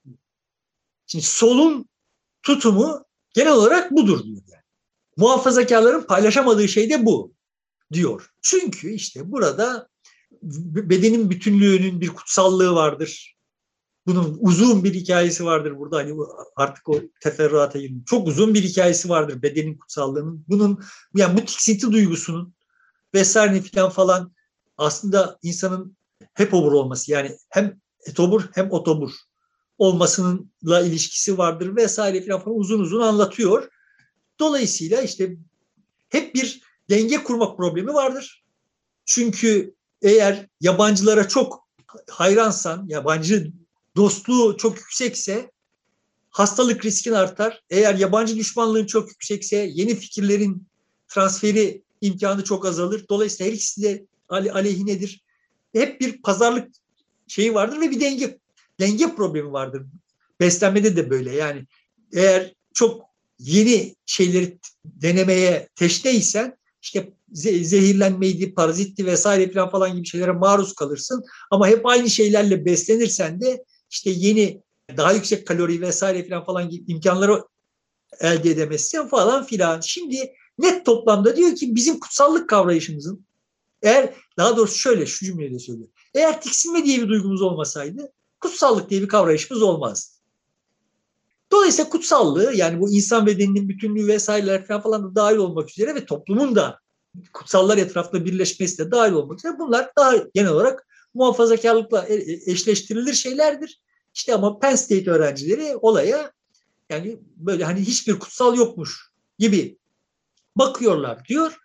Şimdi solun tutumu genel olarak budur diyor yani. Muhafazakarların paylaşamadığı şey de bu diyor. Çünkü işte burada bedenin bütünlüğünün bir kutsallığı vardır. Bunun uzun bir hikayesi vardır burada. Hani artık o teferruata girmiyor. Çok uzun bir hikayesi vardır bedenin kutsallığının. Bunun yani bu tiksinti duygusunun vesaire falan falan aslında insanın hepobur olması yani hem etobur hem otobur olmasıyla ilişkisi vardır vesaire falan, falan uzun uzun anlatıyor. Dolayısıyla işte hep bir denge kurma problemi vardır. Çünkü eğer yabancılara çok hayransan, yabancı dostluğu çok yüksekse hastalık riskin artar. Eğer yabancı düşmanlığın çok yüksekse yeni fikirlerin transferi imkanı çok azalır. Dolayısıyla her ikisi de aleyhinedir. Hep bir pazarlık şeyi vardır ve bir denge denge problemi vardır. Beslenmede de böyle. Yani eğer çok yeni şeyleri denemeye teşneysen işte zehirlenmeydi, parazitti vesaire falan falan gibi şeylere maruz kalırsın. Ama hep aynı şeylerle beslenirsen de işte yeni daha yüksek kalori vesaire falan falan gibi imkanları elde edemezsin falan filan. Şimdi net toplamda diyor ki bizim kutsallık kavrayışımızın eğer daha doğrusu şöyle şu cümleyle söylüyor. Eğer tiksinme diye bir duygumuz olmasaydı kutsallık diye bir kavrayışımız olmazdı. Dolayısıyla kutsallığı yani bu insan bedeninin bütünlüğü vesaireler falan, falan da dahil olmak üzere ve toplumun da kutsallar etrafında birleşmesi de dahil olmak üzere bunlar daha genel olarak muhafazakarlıkla eşleştirilir şeylerdir. İşte ama Penn State öğrencileri olaya yani böyle hani hiçbir kutsal yokmuş gibi bakıyorlar diyor.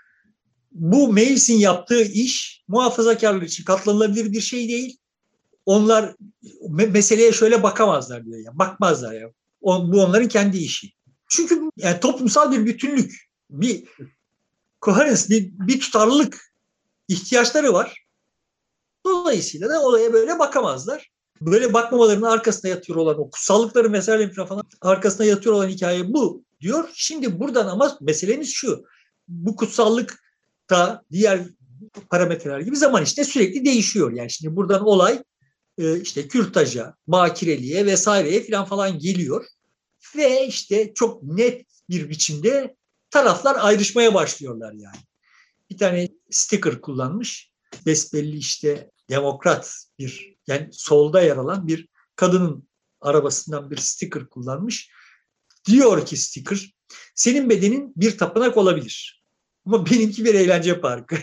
Bu Mails'in yaptığı iş muhafazakarlar için katlanılabilir bir şey değil. Onlar me- meseleye şöyle bakamazlar diyor ya. Bakmazlar ya. O, bu onların kendi işi. Çünkü yani toplumsal bir bütünlük, bir coherence, bir, bir tutarlılık ihtiyaçları var. Dolayısıyla da olaya böyle bakamazlar. Böyle bakmamalarının arkasında yatıyor olan o kutsallıkları meseleleri falan arkasında yatıyor olan hikaye bu diyor. Şimdi buradan ama meselemiz şu. Bu kutsallık da diğer parametreler gibi zaman içinde sürekli değişiyor. Yani şimdi buradan olay işte kürtaja, bakireliğe vesaireye falan falan geliyor. Ve işte çok net bir biçimde taraflar ayrışmaya başlıyorlar yani. Bir tane sticker kullanmış. Besbelli işte demokrat bir, yani solda yer alan bir kadının arabasından bir sticker kullanmış. Diyor ki sticker, senin bedenin bir tapınak olabilir. Ama benimki bir eğlence parkı.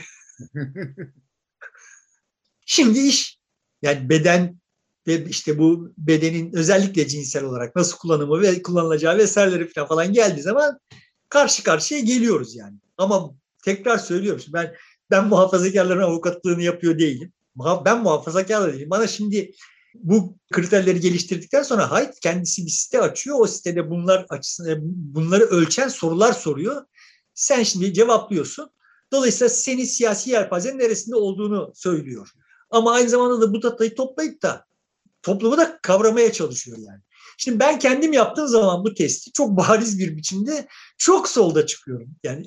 Şimdi iş, yani beden ve işte bu bedenin özellikle cinsel olarak nasıl kullanımı ve kullanılacağı vesaireleri falan, falan geldiği zaman karşı karşıya geliyoruz yani. Ama tekrar söylüyorum, ben ben muhafazakarların avukatlığını yapıyor değilim. Ben muhafazakar değilim. Bana şimdi bu kriterleri geliştirdikten sonra Haidt kendisi bir site açıyor. O sitede bunlar açısından bunları ölçen sorular soruyor. Sen şimdi cevaplıyorsun. Dolayısıyla senin siyasi yelpazenin neresinde olduğunu söylüyor. Ama aynı zamanda da bu datayı toplayıp da toplumu da kavramaya çalışıyor yani. Şimdi ben kendim yaptığım zaman bu testi çok bariz bir biçimde çok solda çıkıyorum. Yani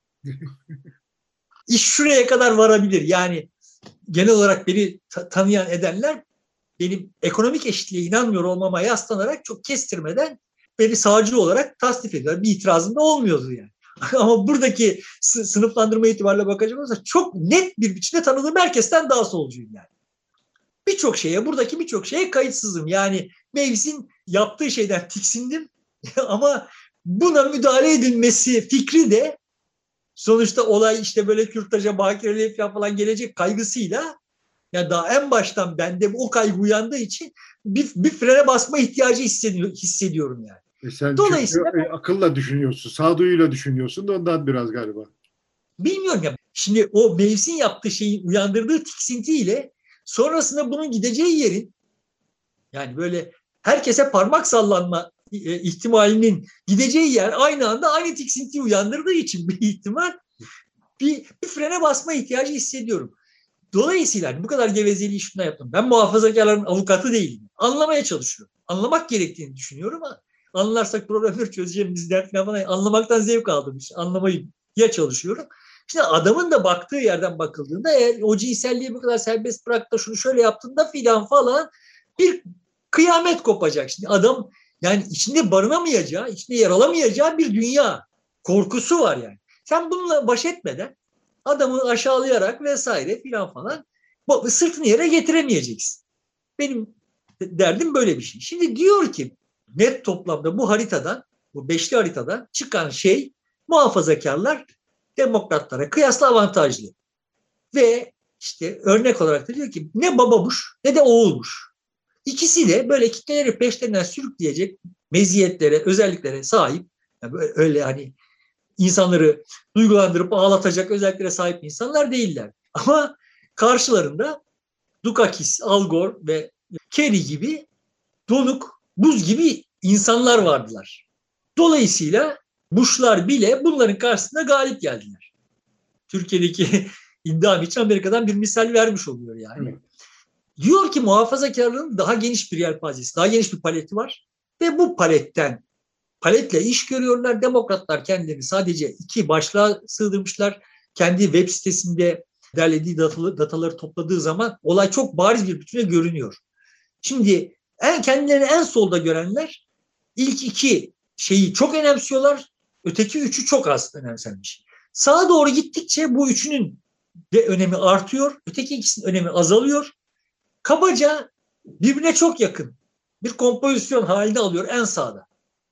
iş şuraya kadar varabilir. Yani genel olarak beni ta- tanıyan edenler benim ekonomik eşitliğe inanmıyor olmama yaslanarak çok kestirmeden beni sağcı olarak tasnif ediyor. Bir itirazım da olmuyordu yani. Ama buradaki sı- sınıflandırma itibariyle bakacak olursak çok net bir biçimde tanıdığım herkesten daha solcuyum yani. Birçok şeye, buradaki birçok şeye kayıtsızım. Yani Maves'in yaptığı şeyden tiksindim ama buna müdahale edilmesi fikri de sonuçta olay işte böyle kürtaja, bakireliğe falan gelecek kaygısıyla, yani daha en baştan bende o kaygı uyandığı için bir, bir frene basma ihtiyacı hissediyor, hissediyorum yani. E sen çünkü Dolayısıyla e, akılla düşünüyorsun, sağduyuyla düşünüyorsun da ondan biraz galiba. bilmiyorum ya. Şimdi o Maves'in yaptığı şeyi uyandırdığı tiksintiyle sonrasında bunun gideceği yerin, yani böyle herkese parmak sallanma e, ihtimalinin gideceği yer aynı anda aynı tiksintiyi uyandırdığı için bir ihtimal bir, bir frene basma ihtiyacı hissediyorum. Dolayısıyla hani bu kadar gevezeliği şuna yaptım. Ben muhafazakarların avukatı değilim. Anlamaya çalışıyorum. Anlamak gerektiğini düşünüyorum ama anlarsak problemleri çözeceğimizden falan anlamaktan zevk aldım. İşte anlamayı ya çalışıyorum. İşte adamın da baktığı yerden bakıldığında eğer o cinselliği bu kadar serbest bırak da şunu şöyle yaptığında filan falan bir kıyamet kopacak. Şimdi adam yani içinde barınamayacağı, içinde yer alamayacağı bir dünya korkusu var yani. Sen bununla baş etmeden adamı aşağılayarak vesaire filan falan sırtını yere getiremeyeceksin. Benim derdim böyle bir şey. Şimdi diyor ki net toplamda bu haritadan, bu beşli haritadan çıkan şey muhafazakarlar demokratlara kıyasla avantajlı. Ve işte örnek olarak da diyor ki ne babamuş ne de oğulmuş. İkisi de böyle kitleleri peşlerinden sürükleyecek meziyetlere, özelliklere sahip. Yani böyle öyle hani insanları duygulandırıp ağlatacak özelliklere sahip insanlar değiller. Ama karşılarında Dukakis, Al Gore ve Kerry gibi donuk, buz gibi insanlar vardılar. Dolayısıyla Bush'lar bile bunların karşısında galip geldiler. Türkiye'deki iddiam için Amerika'dan bir misal vermiş oluyor yani. Evet. Diyor ki muhafazakarlığın daha geniş bir yelpazesi, daha geniş bir paleti var ve bu paletten paletle iş görüyorlar. Demokratlar kendilerini sadece iki başlığa sığdırmışlar. Kendi web sitesinde derlediği dataları, dataları topladığı zaman olay çok bariz bir biçimde görünüyor. Şimdi en kendilerini en solda görenler ilk iki şeyi çok önemsiyorlar. Öteki üçü çok az önemsenmiş. Sağa doğru gittikçe bu üçünün de önemi artıyor. Öteki ikisinin önemi azalıyor. Kabaca birbirine çok yakın bir kompozisyon halinde alıyor en sağda.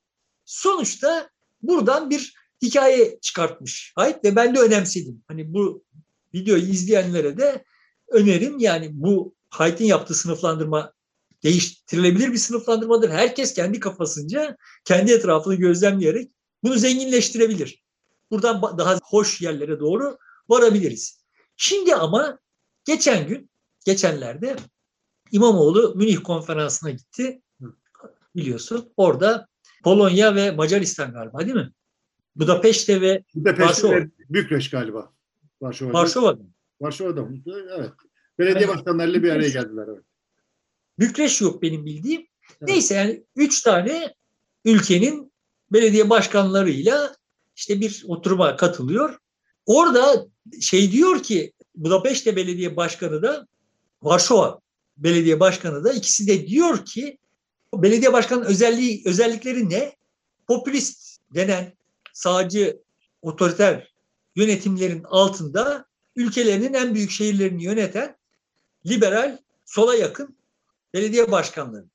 Sonuçta buradan bir hikaye çıkartmış Haidt ve ben de önemsedim. Hani bu videoyu izleyenlere de önerim, yani bu Haidt'in yaptığı sınıflandırma değiştirilebilir bir sınıflandırmadır. Herkes kendi kafasınca, kendi etrafını gözlemleyerek bunu zenginleştirebilir. Buradan daha hoş yerlere doğru varabiliriz. Şimdi ama geçen gün, geçenlerde İmamoğlu Münih konferansına gitti. Biliyorsun orada Polonya ve Macaristan galiba değil mi? Budapeşte ve Budapeşte ve Bükreş galiba. Varşova'da. Varşova'da. Varşova'da mı? Evet. Belediye yani, başkanlarıyla bir araya geldiler. Evet. Bükreş yok benim bildiğim. Evet. Neyse yani üç tane ülkenin belediye başkanlarıyla işte bir oturuma katılıyor. Orada şey diyor ki Budapeşte Belediye Başkanı da Varşova Belediye Başkanı da ikisi de diyor ki belediye başkanının özelliği, özellikleri ne? Popülist denen sağcı otoriter yönetimlerin altında ülkelerinin en büyük şehirlerini yöneten liberal, sola yakın belediye başkanları.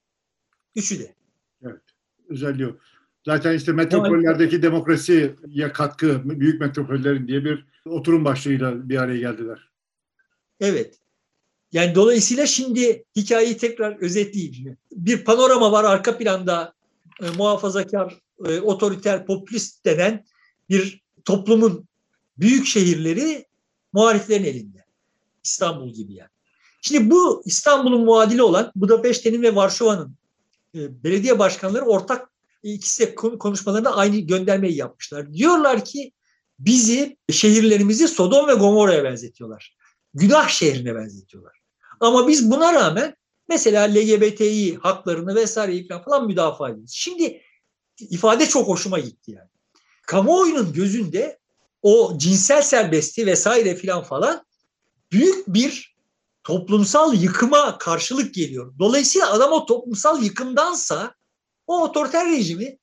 Üçü de. Evet, özelliği o. Zaten işte metropollerdeki demokrasiye katkı, büyük metropollerin diye bir oturum başlığıyla bir araya geldiler. Evet. Yani dolayısıyla şimdi hikayeyi tekrar özetleyeyim. Bir panorama var arka planda, e, muhafazakar, e, otoriter, popülist denen bir toplumun büyük şehirleri muhaliflerin elinde. İstanbul gibi yani. Şimdi bu İstanbul'un muadili olan Budapeşte'nin ve Varşova'nın e, belediye başkanları ortak ikisi de konuşmalarında aynı göndermeyi yapmışlar. Diyorlar ki bizi, şehirlerimizi Sodom ve Gomorra'ya benzetiyorlar. Günah şehrine benzetiyorlar. Ama biz buna rağmen mesela L G B T İ haklarını vesaireyi falan müdafaa ediyoruz. Şimdi ifade çok hoşuma gitti yani. Kamuoyunun gözünde o cinsel serbestliği vesaire filan falan büyük bir toplumsal yıkıma karşılık geliyor. Dolayısıyla adam o toplumsal yıkımdansa o otoriter rejimi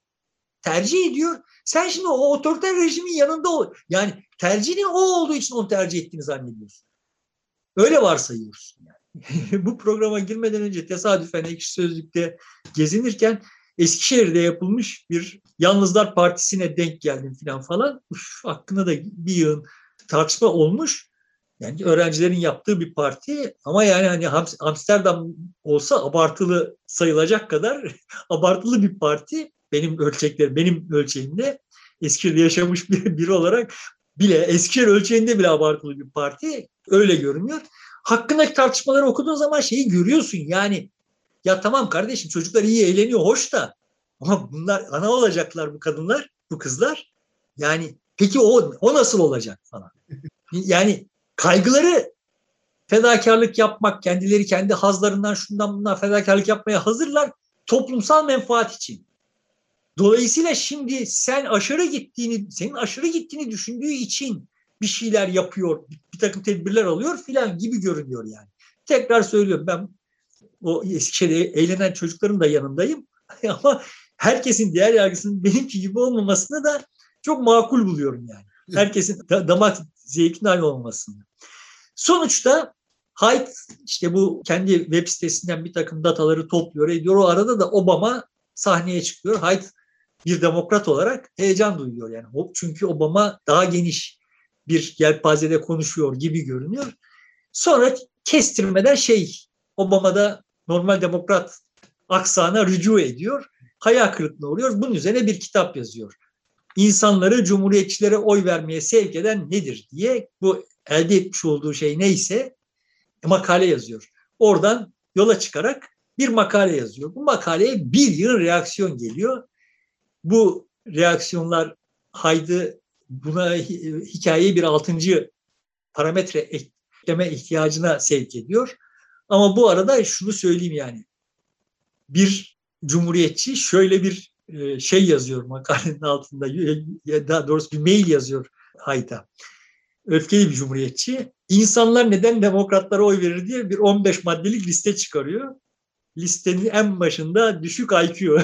tercih ediyor. Sen şimdi o otoriter rejimin yanında ol. Yani tercihinin o olduğu için onu tercih ettiğini zannediyorsun. Öyle varsayıyorsun yani. Bu programa girmeden önce tesadüfen Ekşi Sözlük'te gezinirken Eskişehir'de yapılmış bir Yalnızlar Partisi'ne denk geldim falan falan. Uf, hakkında da bir yığın tartışma olmuş. Yani öğrencilerin yaptığı bir parti ama yani hani Amsterdam olsa abartılı sayılacak kadar abartılı bir parti. Benim ölçeklerim, benim ölçeğimde Eskişehir'de yaşamış bir, biri olarak bile Eskişehir ölçeğinde bile abartılı bir parti öyle görünüyor. Hakkındaki tartışmaları okuduğun zaman şeyi görüyorsun yani ya tamam kardeşim çocuklar iyi eğleniyor hoş da ama bunlar ana olacaklar bu kadınlar, bu kızlar. Yani peki o, o nasıl olacak falan. Yani kaygıları fedakarlık yapmak, kendileri kendi hazlarından şundan bundan fedakarlık yapmaya hazırlar toplumsal menfaat için. Dolayısıyla şimdi sen aşırı gittiğini, senin aşırı gittiğini düşündüğü için bir şeyler yapıyor, bir takım tedbirler alıyor filan gibi görünüyor yani. Tekrar söylüyorum ben o Eskişehir'de eğlenen çocukların da yanındayım ama herkesin değer yargısının benimki gibi olmamasını da çok makul buluyorum yani. Herkesin damak zevkinin aynı olmasını. Sonuçta Haidt işte bu kendi web sitesinden bir takım dataları topluyor ediyor. O arada da Obama sahneye çıkıyor. Haidt bir demokrat olarak heyecan duyuyor yani. Çünkü Obama daha geniş bir yelpazede konuşuyor gibi görünüyor. Sonra kestirmeden şey Obama da normal demokrat aksana rücu ediyor. Hayal kırıklığına uğruyor. Bunun üzerine bir kitap yazıyor. İnsanları cumhuriyetçilere oy vermeye sevk eden nedir diye bu elde etmiş olduğu şey neyse makale yazıyor. Oradan yola çıkarak bir makale yazıyor. Bu makaleye bir yıl reaksiyon geliyor. Bu reaksiyonlar Haydt'ı buna hikayeyi bir altıncı parametre ekleme ihtiyacına sevk ediyor. Ama bu arada şunu söyleyeyim yani. Bir cumhuriyetçi şöyle bir şey yazıyor makalenin altında. Daha doğrusu bir mail yazıyor Haydt'a. Öfkeli bir cumhuriyetçi. İnsanlar neden demokratlara oy verir diye bir on beş maddelik liste çıkarıyor. Listenin en başında düşük I Q.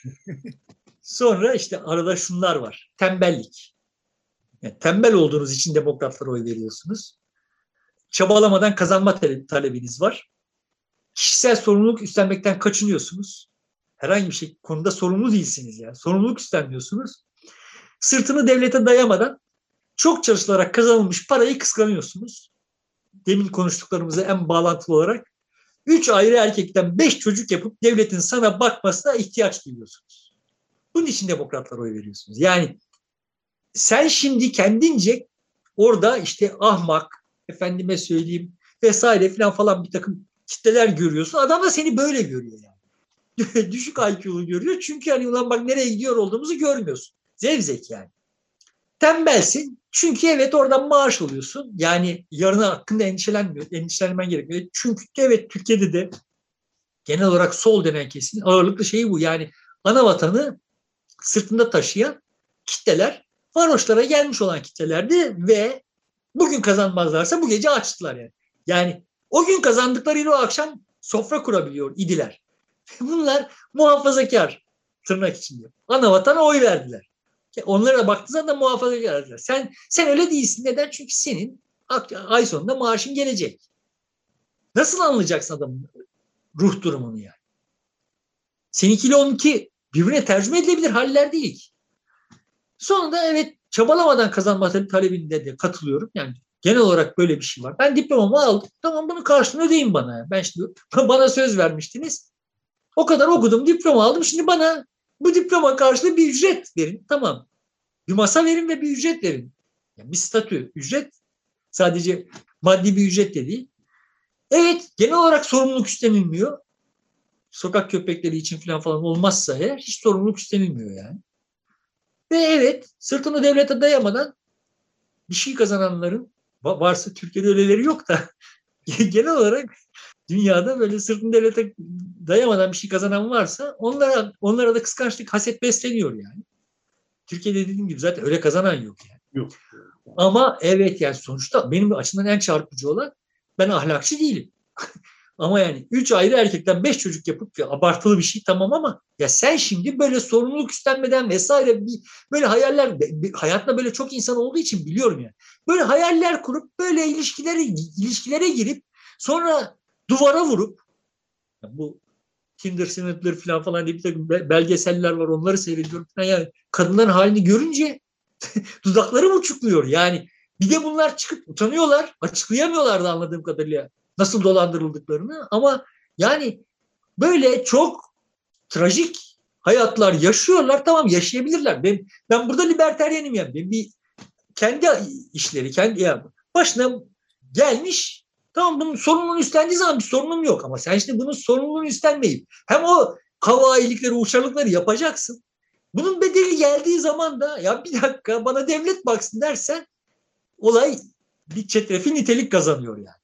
Sonra işte arada şunlar var. Tembellik. Yani tembel olduğunuz için demokratlara oy veriyorsunuz. Çabalamadan kazanma talebiniz var. Kişisel sorumluluk üstlenmekten kaçınıyorsunuz. Herhangi bir şey konuda sorumlu değilsiniz yani. Sorumluluk üstlenmiyorsunuz. Sırtını devlete dayamadan çok çalışılarak kazanılmış parayı kıskanıyorsunuz. Demin konuştuklarımıza en bağlantılı olarak üç ayrı erkekten beş çocuk yapıp devletin sana bakmasına ihtiyaç duyuyorsunuz. Bunun için demokratlara oy veriyorsunuz. Yani sen şimdi kendince orada işte ahmak, efendime söyleyeyim vesaire falan falan bir takım kitleler görüyorsun. Adam da seni böyle görüyor yani. Düşük I Q'lu görüyor. Çünkü hani ulan bak nereye gidiyor olduğumuzu görmüyorsun. Zevzek yani. Tembelsin. Çünkü evet oradan maaş alıyorsun. Yani yarını hakkında endişelenmiyor. Endişelenmen gerekmiyor. Çünkü evet Türkiye'de de genel olarak sol denen kesimin ağırlıklı şeyi bu. Yani ana vatanı sırtında taşıyan kitleler varoşlara gelmiş olan kitlelerdi ve bugün kazanmazlarsa bu gece açtılar yani. Yani o gün kazandıklarıyla o akşam sofra kurabiliyor idiler. Bunlar muhafazakar tırnak içinde. Ana vatana oy verdiler. Onlara da baktığı zaman da muhafazakar. Sen, sen öyle değilsin. Neden? Çünkü senin ay sonunda maaşın gelecek. Nasıl anlayacaksın adamın ruh durumunu yani? Seninkiyle onunki birbirine tercüme edilebilir haller değil. Sonunda evet çabalamadan kazanma talebinde de katılıyorum. Yani genel olarak böyle bir şey var. Ben diplomamı aldım. Tamam bunun karşılığını ödeyin bana. Ben şimdi bana söz vermiştiniz. O kadar okudum, diploma aldım. Şimdi bana bu diploma karşılığı bir ücret verin. Tamam. Bir masa verin ve bir ücret verin. Yani bir statü, ücret. Sadece maddi bir ücret de değil. Evet, genel olarak sorumluluk üstlenilmiyor. Sokak köpekleri için falan falan olmazsa eğer hiç sorumluluk üstlenilmiyor yani. Ve evet, sırtını devlete dayamadan bir şey kazananların varsa Türkiye'de öyleleri yok da genel olarak dünyada böyle sırtını devlete dayamadan bir şey kazanan varsa onlara onlara da kıskançlık, haset besleniyor yani. Türkiye'de dediğim gibi zaten öyle kazanan yok yani. Yok. Ama evet yani sonuçta benim açımdan en çarpıcı olan ben ahlakçı değilim. Ama yani üç ayrı erkekten beş çocuk yapıp ya abartılı bir şey tamam ama ya sen şimdi böyle sorumluluk üstlenmeden vesaire bir, böyle hayaller hayatta böyle çok insan olduğu için biliyorum yani. Böyle hayaller kurup böyle ilişkilere ilişkilere girip sonra duvara vurup bu Tinder Swindler falan falan diye bir takım belgeseller var onları seyrediyorum falan yani kadınların halini görünce dudaklarım uçukluyor yani bir de bunlar çıkıp utanıyorlar açıklayamıyorlar da anladığım kadarıyla nasıl dolandırıldıklarını ama yani böyle çok trajik hayatlar yaşıyorlar tamam yaşayabilirler ben, ben burada liberteryenim yani ben bir kendi işleri kendi yani başına gelmiş tamam bunun sorumluluğunu üstlendiği zaman bir sorunum yok ama sen şimdi bunun sorumluluğunu üstlenmeyip hem o hava iyilikleri uçarlıkları yapacaksın bunun bedeli geldiği zaman da ya bir dakika bana devlet baksın dersen olay bir çetrefil nitelik kazanıyor yani.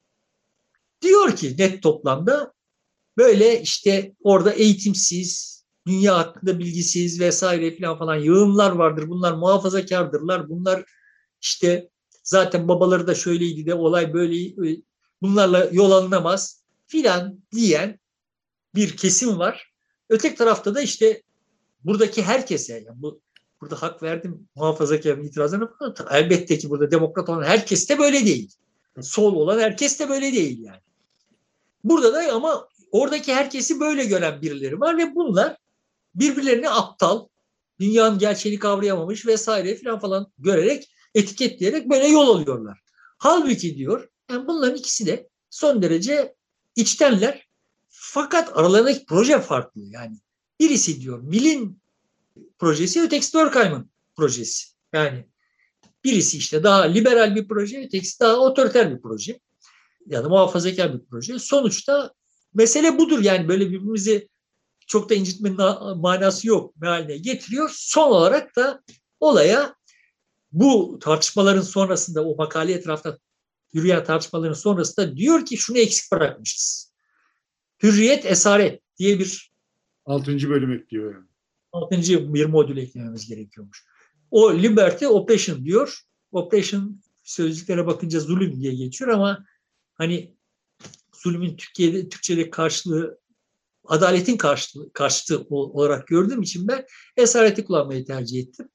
Diyor ki net toplamda böyle işte orada eğitimsiz, dünya hakkında bilgisiz vesaire falan falan yığınlar vardır. Bunlar muhafazakardırlar. Bunlar işte zaten babaları da şöyleydi de olay böyle bunlarla yol alınamaz filan diyen bir kesim var. Öteki tarafta da işte buradaki herkese yani bu burada hak verdim muhafazakarın itirazlarına elbette ki burada demokrat olan herkes de böyle değil. Sol olan herkes de böyle değil yani. Burada da ama oradaki herkesi böyle gören birileri var ve bunlar birbirlerini aptal, dünyanın gerçeğini kavrayamamış vesaire falan falan görerek, etiketleyerek böyle yol alıyorlar. Halbuki diyor, yani bunların ikisi de son derece içtenler. Fakat aralarındaki proje farklı. Yani birisi diyor Mill'in projesi, ötekisi Durkheim'in projesi. Yani birisi işte daha liberal bir proje, ötekisi daha otoriter bir proje. Ya da muhafazakar bir proje. Sonuçta mesele budur yani böyle birbirimizi çok da incitmenin manası yok haline getiriyor. Son olarak da olaya bu tartışmaların sonrasında o makale etrafında yürüyen tartışmaların sonrasında diyor ki şunu eksik bırakmışız. Hürriyet, esaret diye bir Altıncı bölüm ekliyor yani. Altıncı bir modül eklememiz gerekiyormuş. O liberty, oppression diyor. Oppression sözcüklere bakınca zulüm diye geçiyor ama hani zulmün Türkiye'de Türkçe'de karşılığı adaletin karşılığı, karşıtı olarak gördüğüm için ben esareti kullanmayı tercih ettim.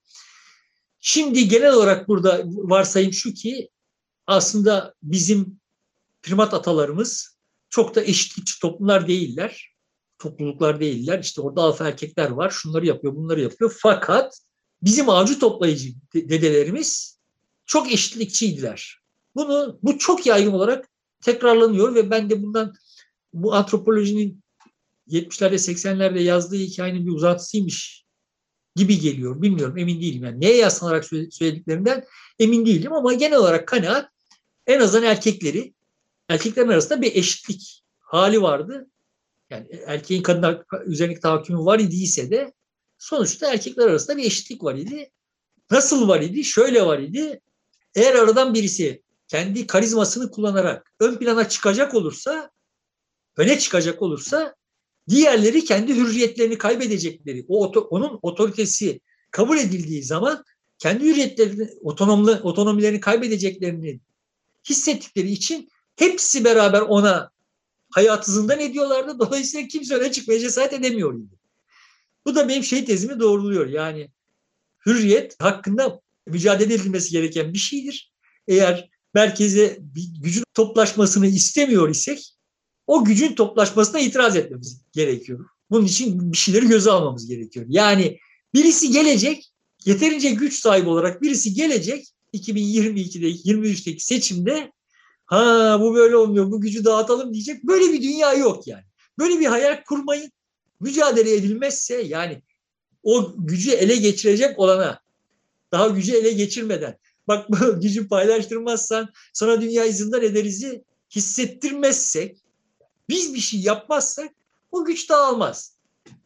Şimdi genel olarak burada varsayım şu ki aslında bizim primat atalarımız çok da eşitlikçi toplumlar değiller. Topluluklar değiller. İşte orada alfa erkekler var. Şunları yapıyor, bunları yapıyor. Fakat bizim avcı toplayıcı dedelerimiz çok eşitlikçiydiler. Bunu bu çok yaygın olarak tekrarlanıyor ve ben de bundan bu antropolojinin yetmişlerde seksenlerde yazdığı hikayenin bir uzantısıymış gibi geliyor. Bilmiyorum, emin değilim. Yani neye yaslanarak söylediklerinden emin değilim ama genel olarak kanaat en azından erkekleri, erkeklerin arasında bir eşitlik hali vardı. Yani erkeğin kadın üzerindeki tahakkümü var idiyse de sonuçta erkekler arasında bir eşitlik var idi. Nasıl var idi? Şöyle var idi. Eğer aradan birisi kendi karizmasını kullanarak ön plana çıkacak olursa, öne çıkacak olursa diğerleri kendi hürriyetlerini kaybedecekleri, o onun otoritesi kabul edildiği zaman kendi hürriyetlerini, otonomlu, otonomilerini kaybedeceklerini hissettikleri için hepsi beraber ona hayatı zindan ediyorlardı. Dolayısıyla kimse öne çıkmaya cesaret edemiyordu. Bu da benim şey tezimi doğruluyor. Yani hürriyet hakkında mücadele edilmesi gereken bir şeydir. Eğer merkeze bir gücün toplaşmasını istemiyor isek o gücün toplaşmasına itiraz etmemiz gerekiyor. Bunun için bir şeyleri göze almamız gerekiyor. Yani birisi gelecek, yeterince güç sahibi olarak birisi gelecek iki bin yirmi ikide, yirmi üçteki seçimde ha bu böyle olmuyor, bu gücü dağıtalım diyecek. Böyle bir dünya yok yani. Böyle bir hayal kurmayın. Mücadele edilmezse yani o gücü ele geçirecek olana daha gücü ele geçirmeden bak bu gücü paylaştırmazsan sana dünyayı zindan ederiz'i hissettirmezsek biz bir şey yapmazsak o güç dağılmaz.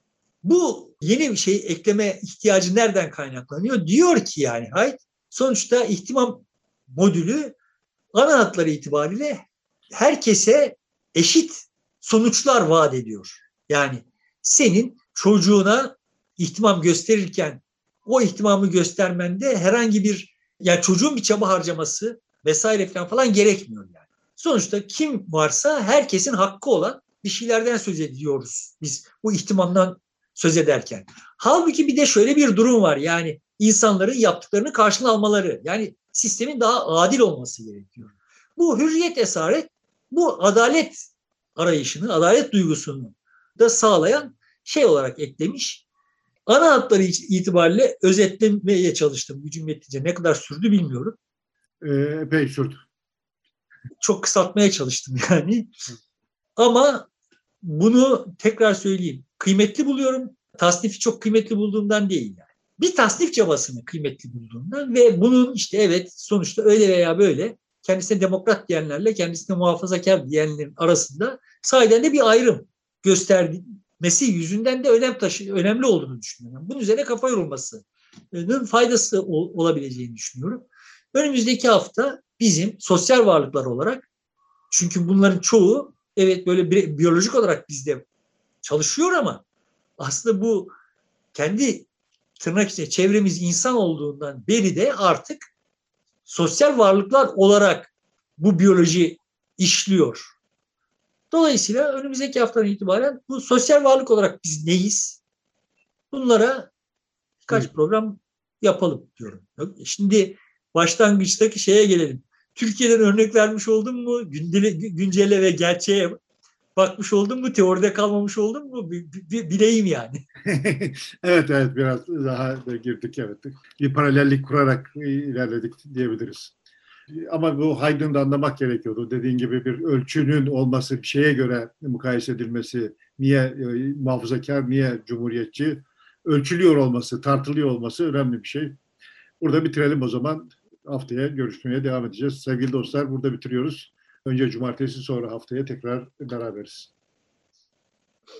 Bu yeni bir şey ekleme ihtiyacı nereden kaynaklanıyor? Diyor ki yani hayır sonuçta ihtimam modülü ana hatları itibariyle herkese eşit sonuçlar vaat ediyor. Yani senin çocuğuna ihtimam gösterirken o ihtimamı göstermende herhangi bir yani çocuğun bir çaba harcaması vesaire falan falan gerekmiyor yani. Sonuçta kim varsa herkesin hakkı olan bir şeylerden söz ediyoruz biz bu ihtimamdan söz ederken. Halbuki bir de şöyle bir durum var yani insanların yaptıklarını karşılığını almaları yani sistemin daha adil olması gerekiyor. Bu hürriyet esaret bu adalet arayışını, adalet duygusunu da sağlayan şey olarak eklemiş. Ana hatları itibariyle özetlemeye çalıştım. Gücüm yettince ne kadar sürdü bilmiyorum. Ee, epey sürdü. Çok kısaltmaya çalıştım yani. Ama bunu tekrar söyleyeyim. Kıymetli buluyorum. Tasnifi çok kıymetli bulduğumdan değil yani. Bir tasnif çabasını kıymetli bulduğumdan ve bunun işte evet sonuçta öyle veya böyle kendisine demokrat diyenlerle kendisine muhafazakar diyenlerin arasında sahiden de bir ayrım göstermesi yüzünden de önem taşı, önemli olduğunu düşünüyorum. Bunun üzerine kafa yorulmasının faydası olabileceğini düşünüyorum. Önümüzdeki hafta bizim sosyal varlıklar olarak çünkü bunların çoğu evet böyle bir, biyolojik olarak bizde çalışıyor ama aslında bu kendi tırnak içinde çevremiz insan olduğundan beri de artık sosyal varlıklar olarak bu biyoloji işliyor. Dolayısıyla önümüzdeki haftadan itibaren bu sosyal varlık olarak biz neyiz? Bunlara birkaç Hı. program yapalım diyorum. Şimdi başlangıçtaki şeye gelelim. Türkiye'den örnek vermiş oldum mu? Güncele, güncele ve gerçeğe bakmış oldum mu? Teoride kalmamış oldum mu? Bileyim yani. evet evet biraz daha da girdik evet. Bir paralellik kurarak ilerledik diyebiliriz. Ama bu Haydn'ı da anlamak gerekiyordu. Dediğin gibi bir ölçünün olması, bir şeye göre mukayese edilmesi, niye e, muhafazakar, niye cumhuriyetçi, ölçülüyor olması, tartılıyor olması önemli bir şey. Burada bitirelim o zaman. Haftaya görüşmeye devam edeceğiz. Sevgili dostlar burada bitiriyoruz. Önce cumartesi sonra haftaya tekrar beraberiz.